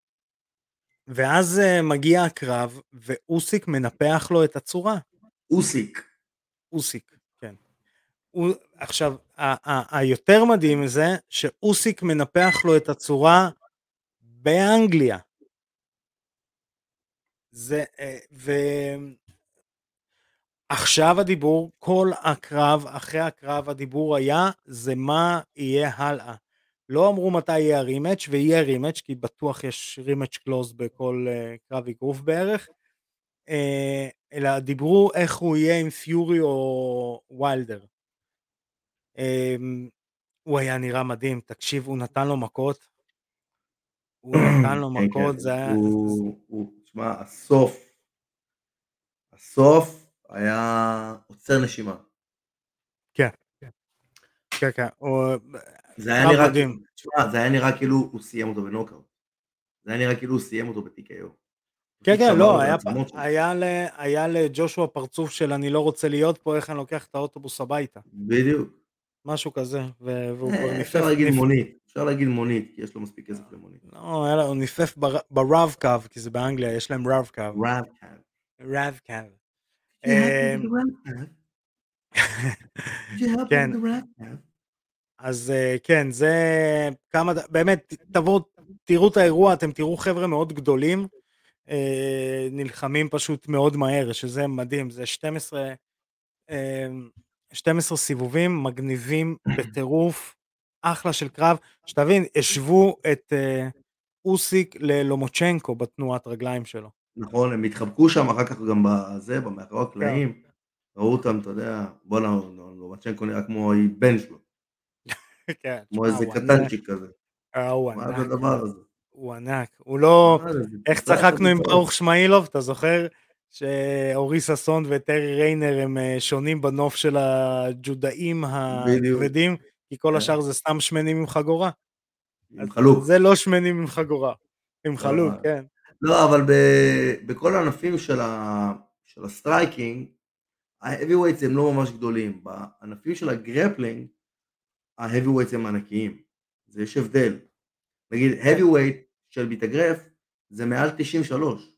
ואז uh, מגיע הקרב, ואוסיק מנפח לו את הצורה. אוסיק. אוסיק, כן. הוא, עכשיו, היותר מדהים זה, שאוסיק מנפח לו את הצורה באנגליה. זה, ו... עכשיו הדיבור, כל הקרב, אחרי הקרב הדיבור היה, זה מה יהיה הלאה. לא אמרו מתי יהיה הרימץ', ויהיה רימץ', כי בטוח יש רימץ' קלוז בכל uh, קרב אגרוף בערך, uh, אלא דיברו איך הוא יהיה עם פיורי או ויילדר. Uh, הוא היה נראה מדהים, תקשיב, הוא נתן לו מכות, הוא נתן לו מכות, זה היה... הוא, תשמע, הסוף, הסוף היה עוצר נשימה. כן, כן, כן, זה היה נראה, תשמע, זה היה נראה כאילו הוא סיים אותו בנוקאוט. זה היה נראה כאילו הוא סיים אותו ב-טי קיי או. כן, כן, לא, היה לג'ושוע פרצוף של אני לא רוצה להיות פה, איך אני לוקח את האוטובוס הביתה. בדיוק. משהו כזה, והוא כבר ניפף... אפשר להגיד מונית, אפשר להגיד מונית, כי יש לו מספיק כסף למונית. לא, הוא ניפף ברב קו, כי זה באנגליה, יש להם רב קו. רב קו. רב קו. כן. אז כן, זה כמה, באמת, תבואו, תראו את האירוע, אתם תראו חבר'ה מאוד גדולים, נלחמים פשוט מאוד מהר, שזה מדהים, זה שתים עשרה, שתים עשרה סיבובים, מגניבים בטירוף, אחלה של קרב, שתבין, השוו את אוסיק ללומוצ'נקו בתנועת רגליים שלו. נכון, הם התחבקו שם אחר כך גם בזה, במאחורי הקלעים, ראו אותם, אתה יודע, בוא נאמר, לומוצ'נקו נראה כמו בן שלו. כמו איזה קטנצ'יק כזה. מה זה הדבר הזה? הוא ענק, הוא לא... איך צחקנו עם ברוך שמאילוב, אתה זוכר? שאורי ססון וטרי ריינר הם שונים בנוף של הג'ודאים הכבדים, כי כל השאר זה סתם שמנים עם חגורה. עם חלוק. זה לא שמנים עם חגורה, עם חלוק, לא, כן. לא, אבל בכל הענפים של ה- של הסטרייקינג, ה-heavyweights הם לא ממש גדולים. בענפים של הגרפלינג, ה-heavyweights הם ענקיים. זה יש הבדל. נגיד, heavyweight של מתאגרף, זה מעל תשעים ושלוש.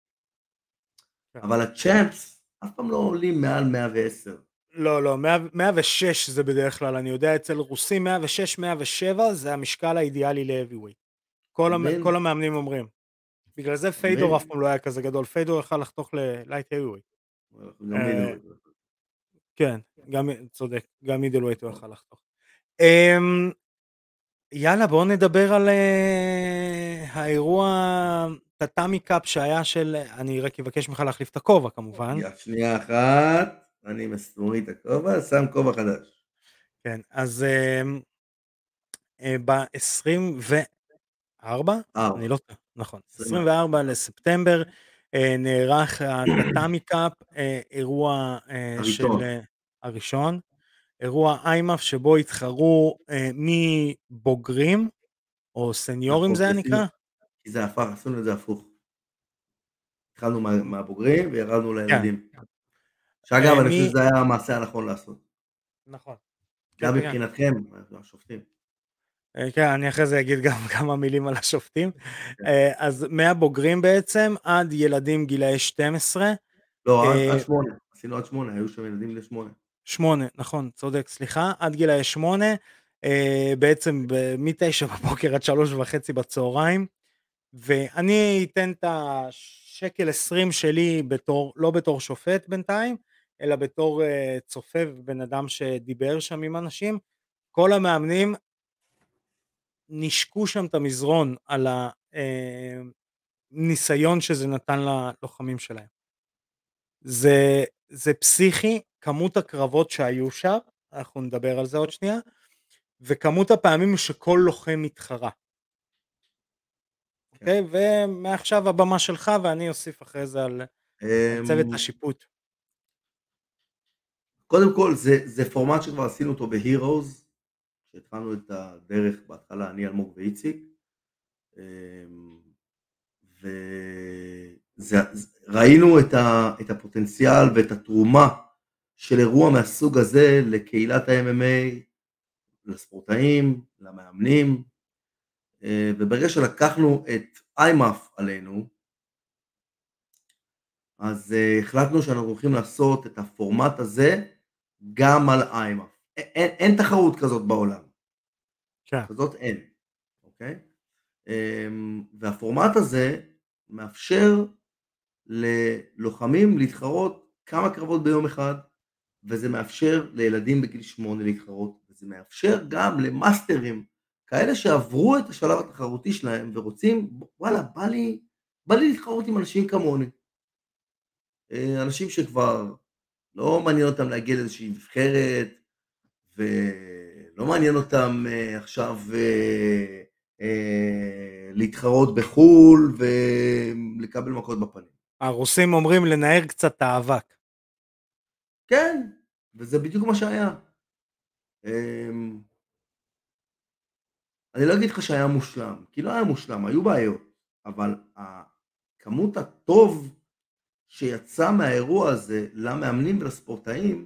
אבל הצ'אמפס אף פעם לא עולים מעל מאה ועשר. לא, לא, מאה ושש זה בדרך כלל, אני יודע, אצל רוסים מאה ושש מאה ושבע זה המשקל האידיאלי ל-heavyweight. כל, המ... כל המאמנים אומרים. בגלל זה פיידור אף פעם לא היה כזה גדול, פיידור יכל לחתוך ל-light heavyweight. גם מידלווייט. כן, גם, צודק, גם מידלווייט הוא יכל לחתוך. Um, יאללה, בואו נדבר על uh, האירוע טאטאמי קאפ שהיה של, אני רק אבקש ממך להחליף את הכובע כמובן. שנייה אחת, אני מסתורי את הכובע, שם כובע חדש. כן, אז uh, uh, ב-עשרים וארבע, אני לא טועה, נכון, עשרים וארבע לספטמבר, uh, נערך הטאטאמי קאפ, uh, אירוע uh, של uh, הראשון, אירוע איימאף שבו התחרו אה, מבוגרים, או סניורים זה היה נקרא? כי זה הפך, עשינו את זה הפוך. התחלנו מה, מהבוגרים וירדנו לילדים. כן. שאגב, אה, אני חושב מ... שזה היה המעשה הנכון לעשות. נכון. גם כן, מבחינתכם, כן. השופטים. אה, כן, אני אחרי זה אגיד גם כמה מילים על השופטים. כן. אה, אז מהבוגרים בעצם, עד ילדים גילאי שתים עשרה. לא, אה, עד, עד שמונה. עשינו עד שמונה, היו שם ילדים לשמונה. שמונה, נכון, צודק, סליחה, עד גילאי שמונה, אה, בעצם מתשע בבוקר עד שלוש וחצי בצהריים, ואני אתן את השקל עשרים שלי בתור, לא בתור שופט בינתיים, אלא בתור אה, צופה ובן אדם שדיבר שם עם אנשים. כל המאמנים נשקו שם את המזרון על הניסיון שזה נתן ללוחמים שלהם. זה, זה פסיכי, כמות הקרבות שהיו שם, אנחנו נדבר על זה עוד שנייה, וכמות הפעמים שכל לוחם מתחרה. אוקיי, ומעכשיו הבמה שלך, ואני אוסיף אחרי זה על צוות השיפוט. קודם כל, זה, זה פורמט שכבר עשינו אותו ב-Heroes, שהתחלנו את הדרך בהתחלה, אני אלמוג ואיציק, וראינו את, ה, את הפוטנציאל ואת התרומה של אירוע מהסוג הזה לקהילת ה-אם אם איי, לספורטאים, למאמנים, וברגע שלקחנו את איימאף עלינו, אז החלטנו שאנחנו הולכים לעשות את הפורמט הזה גם על איימאף. אין, אין תחרות כזאת בעולם. כן. כזאת אין, אוקיי? והפורמט הזה מאפשר ללוחמים להתחרות כמה קרבות ביום אחד, וזה מאפשר לילדים בגיל שמונה להתחרות, וזה מאפשר גם למאסטרים, כאלה שעברו את השלב התחרותי שלהם ורוצים, וואלה, בא לי, בא לי להתחרות עם אנשים כמוני. אנשים שכבר לא מעניין אותם להגיע לאיזושהי נבחרת, ולא מעניין אותם עכשיו להתחרות בחול ולקבל מכות בפנים. הרוסים אומרים לנער קצת את האבק. כן, וזה בדיוק מה שהיה. אני לא אגיד לך שהיה מושלם, כי לא היה מושלם, היו בעיות, אבל הכמות הטוב שיצא מהאירוע הזה למאמנים ולספורטאים,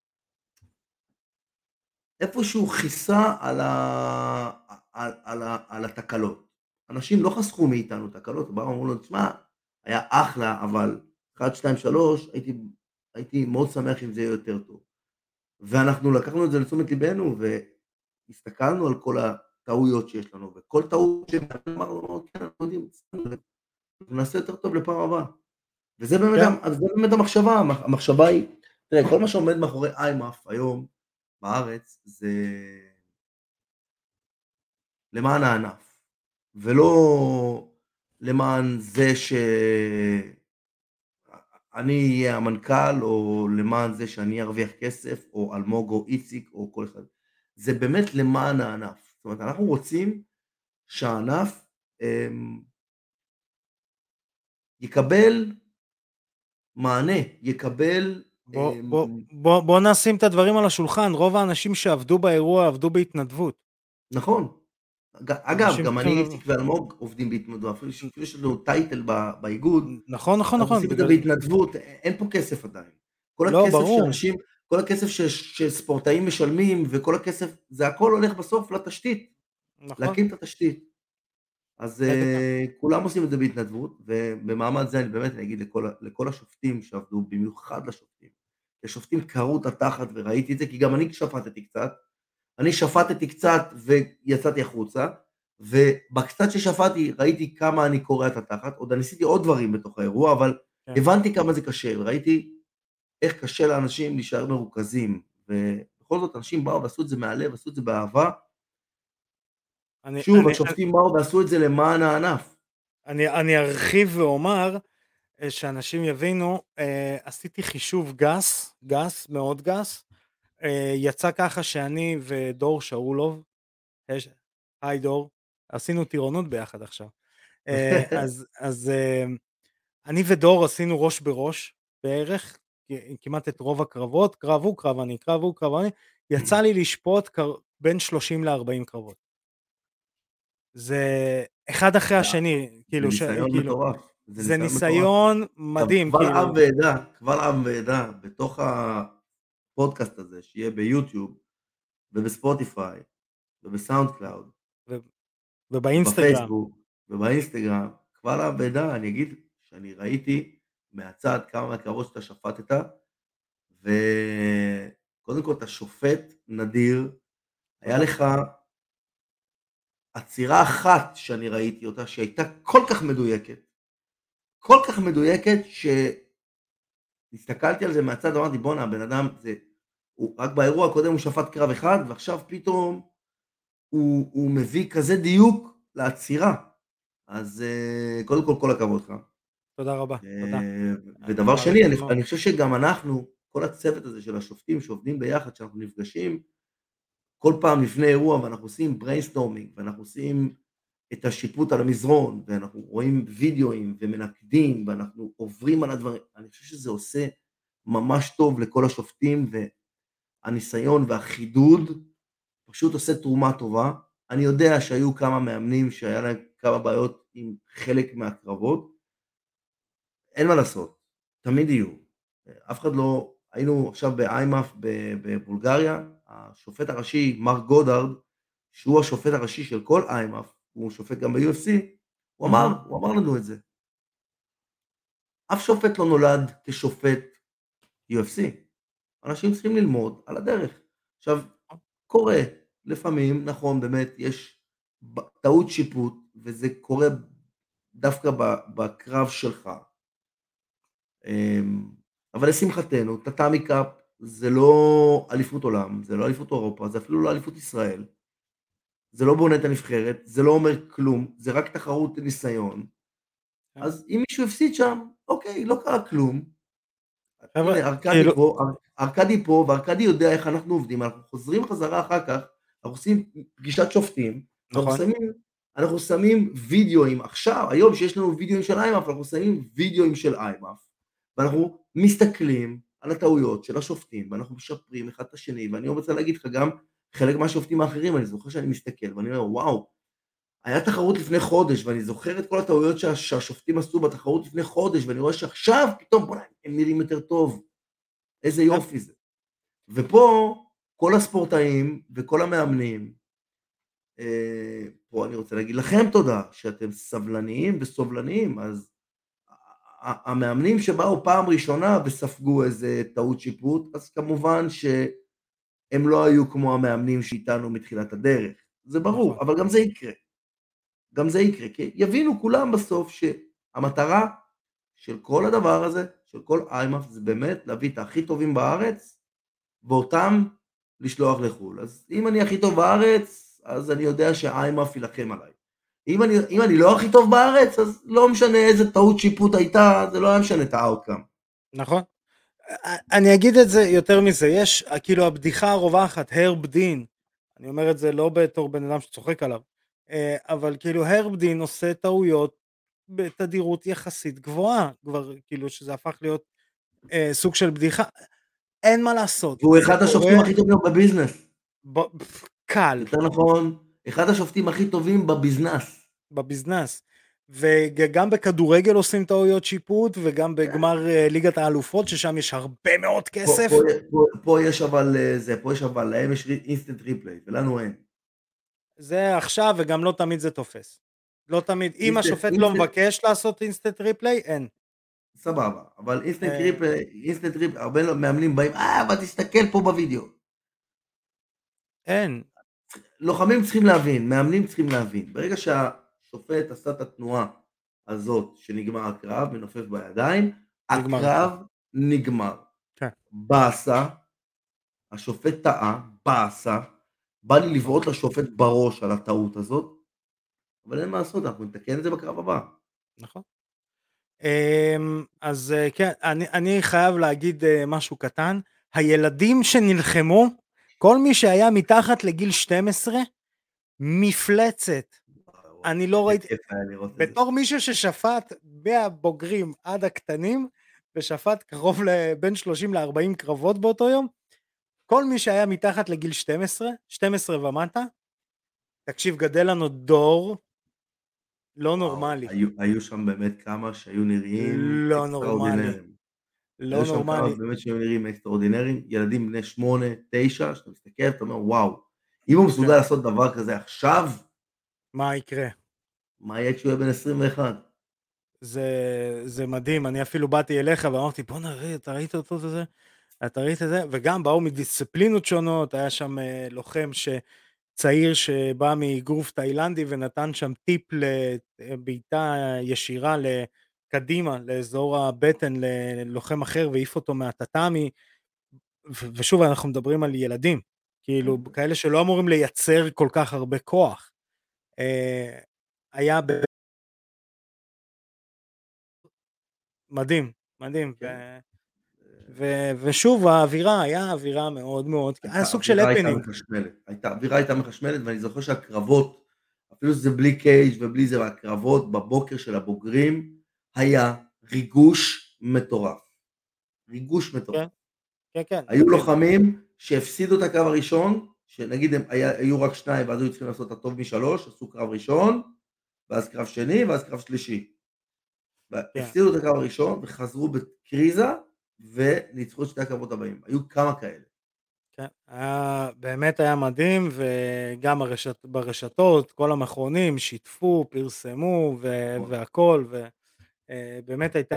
איפשהו חיסה על, ה... על, על, ה... על התקלות. אנשים לא חסכו מאיתנו תקלות, באו אמרו לו, תשמע, היה אחלה, אבל אחת, שתיים, שלוש, הייתי, הייתי מאוד שמח אם זה יהיה יותר טוב. ואנחנו לקחנו את זה לתשומת ליבנו, והסתכלנו על כל הטעויות שיש לנו, וכל טעות שאמרנו, כן, אנחנו יודעים, נעשה יותר טוב לפעם הבאה. וזה באמת, yeah. זה באמת המחשבה, המחשבה היא, תראה, כל מה שעומד מאחורי איימאף היום בארץ, זה למען הענף, ולא למען זה שאני אהיה המנכ"ל, או למען זה שאני ארוויח כסף, או אלמוג או איציק, או כל אחד. זה באמת למען הענף. זאת אומרת, אנחנו רוצים שהענף הם, יקבל מענה, יקבל... בוא, בוא, בוא, בוא נשים את הדברים על השולחן, רוב האנשים שעבדו באירוע עבדו בהתנדבות. נכון, אגב, גם אני, איציק ואלמוג עובדים בהתנדבות, אפילו שיש לנו טייטל באיגוד. נכון, נכון, נכון. אנחנו עושים את זה בהתנדבות, אין פה כסף עדיין. כל הכסף שאנשים, כל הכסף שספורטאים משלמים, וכל הכסף, זה הכל הולך בסוף לתשתית, להקים את התשתית. אז כולם עושים את זה בהתנדבות, ובמעמד זה אני באמת אגיד לכל השופטים שעבדו, במיוחד לשופטים. השופטים קראו את התחת וראיתי את זה, כי גם אני שפטתי קצת, אני שפטתי קצת ויצאתי החוצה, ובקצת ששפטתי ראיתי כמה אני קורא את התחת, עוד ניסיתי עוד דברים בתוך האירוע, אבל הבנתי כמה זה קשה, וראיתי איך קשה לאנשים להישאר מרוכזים, ובכל זאת אנשים באו ועשו את זה מהלב, עשו את זה באהבה, שוב, השופטים באו ועשו את זה למען הענף. אני ארחיב ואומר, שאנשים יבינו, עשיתי חישוב גס, גס, מאוד גס, יצא ככה שאני ודור שאולוב, היי דור, עשינו טירונות ביחד עכשיו, אז, אז אני ודור עשינו ראש בראש בערך, כמעט את רוב הקרבות, קרב הוא קרב אני, קרב הוא קרב אני, יצא לי לשפוט בין שלושים ל-ארבעים קרבות. זה אחד אחרי השני, כאילו, זה ניסיון מטורף. זה ניסיון מדהים. קבל עם ועדה, קבל עם ועדה, בתוך הפודקאסט הזה, שיהיה ביוטיוב, ובספוטיפיי, ובסאונד קלאוד, ובאינסטגרם, ובאינסטגרם, קבל עם ועדה, אני אגיד שאני ראיתי מהצד כמה מהקרבות שאתה שפטת, וקודם כל אתה שופט נדיר, היה לך עצירה אחת שאני ראיתי אותה, שהייתה כל כך מדויקת, כל כך מדויקת, שהסתכלתי על זה מהצד, אמרתי, בונה, הבן אדם, זה, הוא, רק באירוע הקודם הוא שפט קרב אחד, ועכשיו פתאום הוא, הוא מביא כזה דיוק לעצירה. אז קודם כל, כל הכבוד לך. תודה רבה, תודה. ודבר שני, אני, אני חושב שגם אנחנו, כל הצוות הזה של השופטים שעובדים ביחד, שאנחנו נפגשים, כל פעם לפני אירוע, ואנחנו עושים בריינסטורמינג, ואנחנו עושים את השיפוט על המזרון, ואנחנו רואים וידאוים ומנקדים, ואנחנו עוברים על הדברים, אני חושב שזה עושה ממש טוב לכל השופטים, והניסיון והחידוד פשוט עושה תרומה טובה. אני יודע שהיו כמה מאמנים שהיה להם כמה בעיות עם חלק מהקרבות, אין מה לעשות, תמיד יהיו. אף אחד לא, היינו עכשיו באיימאף בבולגריה, השופט הראשי, מרק גודארד, שהוא השופט הראשי של כל איימאף, הוא שופט גם ב-יו אף סי, הוא אמר, הוא אמר לנו את זה. אף שופט לא נולד כשופט יו אף סי. אנשים צריכים ללמוד על הדרך. עכשיו, קורה, לפעמים, נכון, באמת, יש טעות שיפוט, וזה קורה דווקא בקרב שלך. אבל לשמחתנו, טאטאמי קאפ, זה לא אליפות עולם, זה לא אליפות אירופה, זה אפילו לא אליפות ישראל. זה לא בונה את הנבחרת, זה לא אומר כלום, זה רק תחרות ניסיון. אז אם מישהו הפסיד שם, אוקיי, לא קרה כלום. ארקדי פה, וארקדי יודע איך אנחנו עובדים, אנחנו חוזרים חזרה אחר כך, אנחנו עושים פגישת שופטים, אנחנו שמים וידאוים, עכשיו, היום שיש לנו וידאוים של איימאף, אנחנו שמים וידאוים של איימאף, ואנחנו מסתכלים על הטעויות של השופטים, ואנחנו משפרים אחד את השני, ואני רוצה להגיד לך גם, חלק מהשופטים האחרים, אני זוכר שאני מסתכל, ואני אומר, וואו, היה תחרות לפני חודש, ואני זוכר את כל הטעויות שהשופטים עשו בתחרות לפני חודש, ואני רואה שעכשיו, פתאום, בוא, הם נראים יותר טוב. איזה יופי זה. ופה, כל הספורטאים, וכל המאמנים, אה, פה אני רוצה להגיד לכם תודה, שאתם סבלניים וסובלניים, אז המאמנים שבאו פעם ראשונה, וספגו איזה טעות שיפוט, אז כמובן שהם לא היו כמו המאמנים שאיתנו מתחילת הדרך. זה ברור, אבל גם זה יקרה. גם זה יקרה, כי יבינו כולם בסוף שהמטרה של כל הדבר הזה, של כל איימאף, זה באמת להביא את הכי טובים בארץ, ואותם לשלוח לחול. אז אם אני הכי טוב בארץ, אז אני יודע שהאיימאף ילחם עליי. אם אני, אם אני לא הכי טוב בארץ, אז לא משנה איזה טעות שיפוט הייתה, זה לא היה משנה את האוטקאם. נכון. אני אגיד את זה יותר מזה, יש כאילו הבדיחה הרווחת, הרב דין, אני אומר את זה לא בתור בן אדם שצוחק עליו, אבל כאילו הרב דין עושה טעויות בתדירות יחסית גבוהה, כבר כאילו שזה הפך להיות אה, סוג של בדיחה, אין מה לעשות. הוא אחד השופטים הכי טובים בביזנס. ב... קל. יותר נכון, אחד השופטים הכי טובים בביזנס. בביזנס. וגם בכדורגל עושים טעויות שיפוט, וגם בגמר ליגת האלופות, ששם יש הרבה מאוד כסף. פה, פה, פה, פה יש אבל, זה, פה יש אבל, להם יש אינסטנט ריפליי, ולנו אין. זה עכשיו, וגם לא תמיד זה תופס. לא תמיד, אם אינסטנט, השופט אינסטנט, לא מבקש לעשות אינסטנט ריפליי, אין. סבבה, אבל אינסטנט ריפליי, אינסטנט ריפליי, הרבה מאמנים באים, אה, אבל תסתכל פה בווידאו. אין. לוחמים צריכים להבין, מאמנים צריכים להבין, ברגע שהשופט עשה את התנועה הזאת, שנגמר הקרב, מנופף בידיים, נגמר הקרב נגמר. כן. באסה, השופט טעה, באסה, בא לי לבעוט לשופט בראש על הטעות הזאת, אבל אין מה לעשות, אנחנו נתקן את זה בקרב הבא. נכון. אז כן, אני, אני חייב להגיד משהו קטן, הילדים שנלחמו, כל מי שהיה מתחת לגיל שתים עשרה, מפלצת. אני לא ראיתי, בתור מישהו ששפט מהבוגרים עד הקטנים, ושפט קרוב לבין שלושים לארבעים קרבות באותו יום, כל מי שהיה מתחת לגיל שתים עשרה, שתים עשרה ומטה, תקשיב, גדל לנו דור לא נורמלי. היו, היו שם באמת כמה שהיו נראים לא נורמלי. לא היו שם נורמלי. כמה באמת שהיו נראים אקסטראורדינריים, ילדים בני שמונה, תשע, שאתה מסתכל, אתה אומר, וואו, אם הוא מסוגל לעשות דבר כזה עכשיו, מה יקרה? מה יהיה כשהוא יהיה בן עשרים ואחת? זה, זה מדהים, אני אפילו באתי אליך ואמרתי, בוא נראה, אתה ראית אותו את זה? אתה ראית את זה? וגם באו מדיסציפלינות שונות, היה שם לוחם שצעיר שבא מגרוף תאילנדי ונתן שם טיפ לביתה ישירה לקדימה, לאזור הבטן, ללוחם אחר והעיף אותו מהטטמי, ושוב אנחנו מדברים על ילדים, כאילו כאלה שלא אמורים לייצר כל כך הרבה כוח. היה ב... מדהים, מדהים. כן. ו- ושוב האווירה היה אווירה מאוד מאוד, היה סוג של הפנינג. האווירה הייתה מחשמלת, ואני זוכר שהקרבות, אפילו שזה בלי קייג' ובלי זה, הקרבות בבוקר של הבוגרים, היה ריגוש מטורף. ריגוש מטורף. כן, כן. היו לוחמים שהפסידו את הקרב הראשון, שנגיד הם היו רק שניים, ואז היו צריכים לעשות את הטוב משלוש, עשו קרב ראשון, ואז קרב שני, ואז קרב שלישי. הפסידו את הקרב הראשון, וחזרו בקריזה, וניצחו את שתי הקרבות הבאים. היו כמה כאלה. כן, היה, באמת היה מדהים, וגם ברשת, ברשתות, כל המכונים שיתפו, פרסמו, ו- והכל, ובאמת הייתה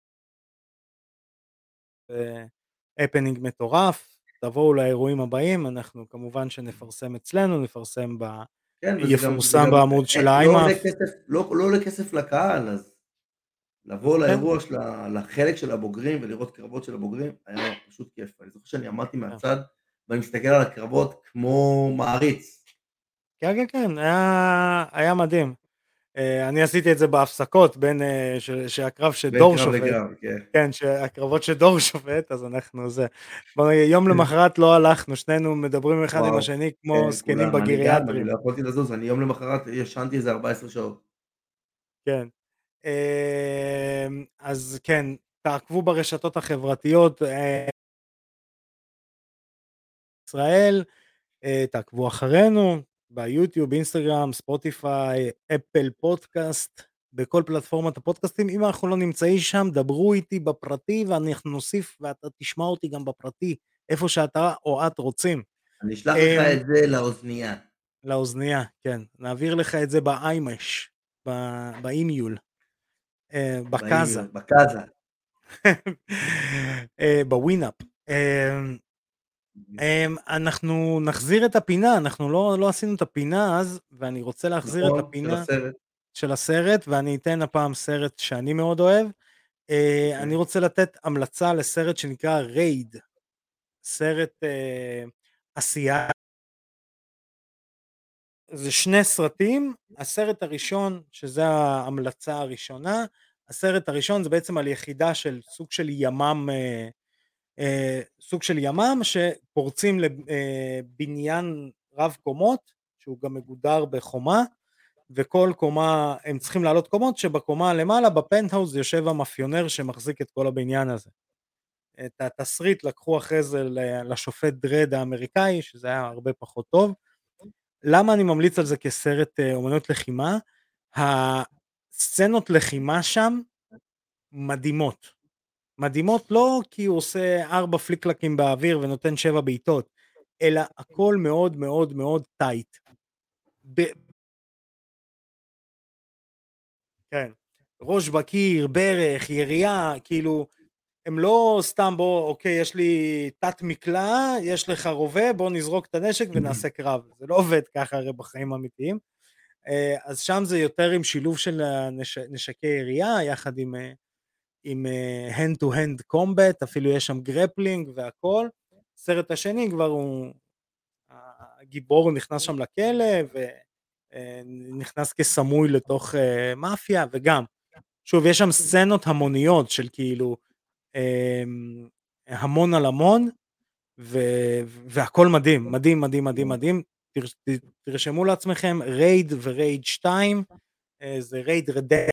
הפנינג מטורף. תבואו לאירועים הבאים, אנחנו כמובן שנפרסם אצלנו, נפרסם ב... כן, יפורסם בעמוד של האיימאף. לא עולה כסף לקהל, אז לבוא לאירוע של לחלק של הבוגרים ולראות קרבות של הבוגרים, היה פשוט כיף. אני זוכר שאני עמדתי מהצד, ואני מסתכל על הקרבות כמו מעריץ. כן, כן, כן, היה, היה מדהים. אני עשיתי את זה בהפסקות, בין שהקרב שדור שופט, כן, שהקרבות שדור שופט, אז אנחנו זה. יום למחרת לא הלכנו, שנינו מדברים אחד עם השני, כמו זקנים בגריאטרים. אני לא יכולתי לזוז, אני יום למחרת ישנתי איזה ארבע עשרה שעות. כן. אז כן, תעקבו ברשתות החברתיות, ישראל, תעקבו אחרינו, ביוטיוב, אינסטגרם, ספוטיפיי, אפל פודקאסט, בכל פלטפורמת הפודקאסטים. אם אנחנו לא נמצאים שם, דברו איתי בפרטי, ואנחנו נוסיף, ואתה תשמע אותי גם בפרטי, איפה שאתה או את רוצים. אני אשלח לך את זה לאוזנייה. לאוזנייה, כן. נעביר לך את זה באיימש, באימיול. בקאזה. בקאזה. בווינאפ. אנחנו נחזיר את הפינה, אנחנו לא, לא עשינו את הפינה אז, ואני רוצה להחזיר את הפינה של הסרט. של הסרט, ואני אתן הפעם סרט שאני מאוד אוהב. אני רוצה לתת המלצה לסרט שנקרא רייד, סרט עשייה. זה שני סרטים, הסרט הראשון, שזה ההמלצה הראשונה, הסרט הראשון זה בעצם על יחידה של סוג של ימם, אה, סוג של ימם שפורצים לבניין רב קומות, שהוא גם מגודר בחומה, וכל קומה, הם צריכים לעלות קומות, שבקומה למעלה, בפנטהאוז, יושב המאפיונר שמחזיק את כל הבניין הזה. את התסריט לקחו אחרי זה לשופט דרד האמריקאי, שזה היה הרבה פחות טוב. למה אני ממליץ על זה כסרט אומנות לחימה? הסצנות לחימה שם מדהימות. מדהימות לא כי הוא עושה ארבע פליקלקים באוויר ונותן שבע בעיטות, אלא הכל מאוד מאוד מאוד טייט. ב... כן. ראש בקיר, ברך, ירייה, כאילו, הם לא סתם בוא, אוקיי, יש לי תת מקלע, יש לך רובה, בוא נזרוק את הנשק ונעשה קרב. זה לא עובד ככה הרי בחיים אמיתיים. אז שם זה יותר עם שילוב של נש... נשקי ירייה, יחד עם, עם hand to hand combat, אפילו יש שם גרפלינג והכל. סרט השני כבר הוא, הגיבור נכנס שם לכלא, ונכנס כסמוי לתוך מאפיה, וגם, שוב, יש שם סצנות המוניות של כאילו, המון על המון, והכל מדהים, מדהים, מדהים, מדהים, מדהים. תרשמו לעצמכם, רייד ורייד שתיים, זה רייד רדד,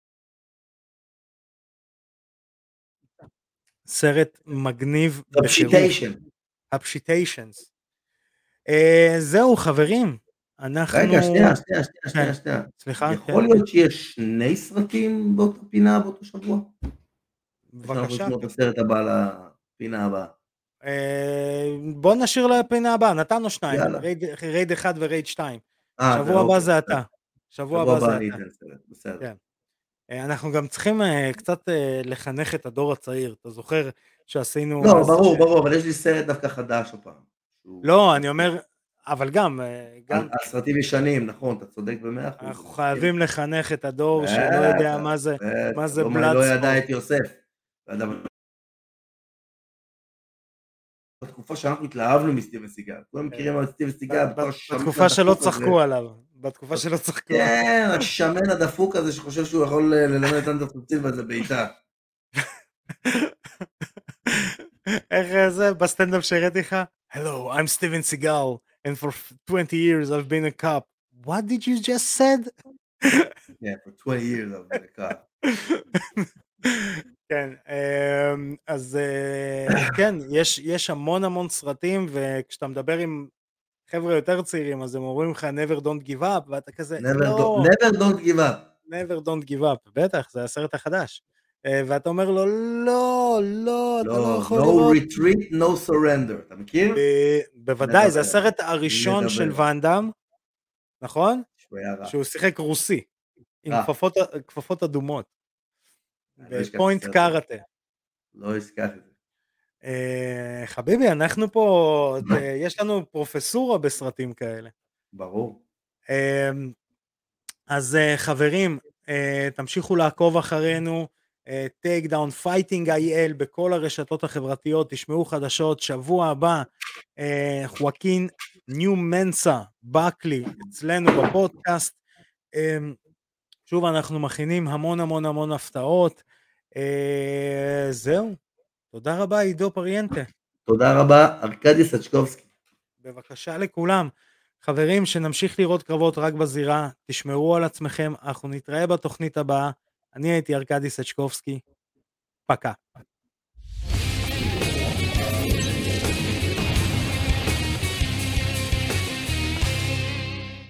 סרט מגניב בשירות. הפשיטיישנס. זהו חברים, אנחנו... רגע, שנייה, שנייה, שנייה, שנייה. סליחה? יכול להיות שיש שני סרטים באותה פינה באותו שבוע? בבקשה. אנחנו נשמור את הסרט הבא לפינה הבאה. בוא נשאיר לפינה הבאה, נתנו שניים, רייד אחד ורייד שתיים. שבוע הבא זה אתה. שבוע הבא זה אתה. בסדר. אנחנו גם צריכים קצת לחנך את הדור הצעיר, אתה זוכר שעשינו... לא, ברור, ברור, אבל יש לי סרט דווקא חדש הפעם. לא, אני אומר, אבל גם... הסרטים ישנים, נכון, אתה צודק במאה אחוז. אנחנו חייבים לחנך את הדור שלא יודע מה זה, מה זה בלאד ספורט. לא ידע את יוסף. בתקופה שאנחנו התלהבנו מסטיבן סיגל, כולם מכירים על סטיבן סיגל. בתקופה שלא צחקו עליו, בתקופה שלא צחקו עליו. כן, השמן הדפוק הזה שחושב שהוא יכול ללמד את אנדרסון סילבה את זה בעיטה. איך זה בסטנדאפ שהראיתי לך? Hello, I'm Steven Seagal, and for twenty years I've been a cop. What did you just said? Yeah, for twenty years I've been a cop. כן, אז כן, יש, יש המון המון סרטים, וכשאתה מדבר עם חבר'ה יותר צעירים, אז הם אומרים לך never don't give up, ואתה כזה, לא. never don't give up. never don't give up, בטח, זה הסרט החדש. ואתה אומר לו, לא, לא, אתה לא יכול לראות. No retreat, no surrender, אתה מכיר? בוודאי, זה הסרט הראשון של ואנדאם, נכון? שהוא שיחק רוסי, עם כפפות אדומות. בפוינט קארטה. לא הזכח את זה. חביבי, אנחנו פה, יש לנו פרופסורה בסרטים כאלה. ברור. אז חברים, תמשיכו לעקוב אחרינו, טייק דאון פייטינג איי אל בכל הרשתות החברתיות, תשמעו חדשות, שבוע הבא, חואקין ניו מנסה, בקלי, אצלנו בפודקאסט, שוב אנחנו מכינים המון המון המון הפתעות, זהו, תודה רבה עידו פריאנטה. תודה רבה ארקדי סצ'קובסקי. בבקשה לכולם. חברים, שנמשיך לראות קרבות רק בזירה, תשמרו על עצמכם, אנחנו נתראה בתוכנית הבאה, אני הייתי ארקדי סצ'קובסקי, פקה.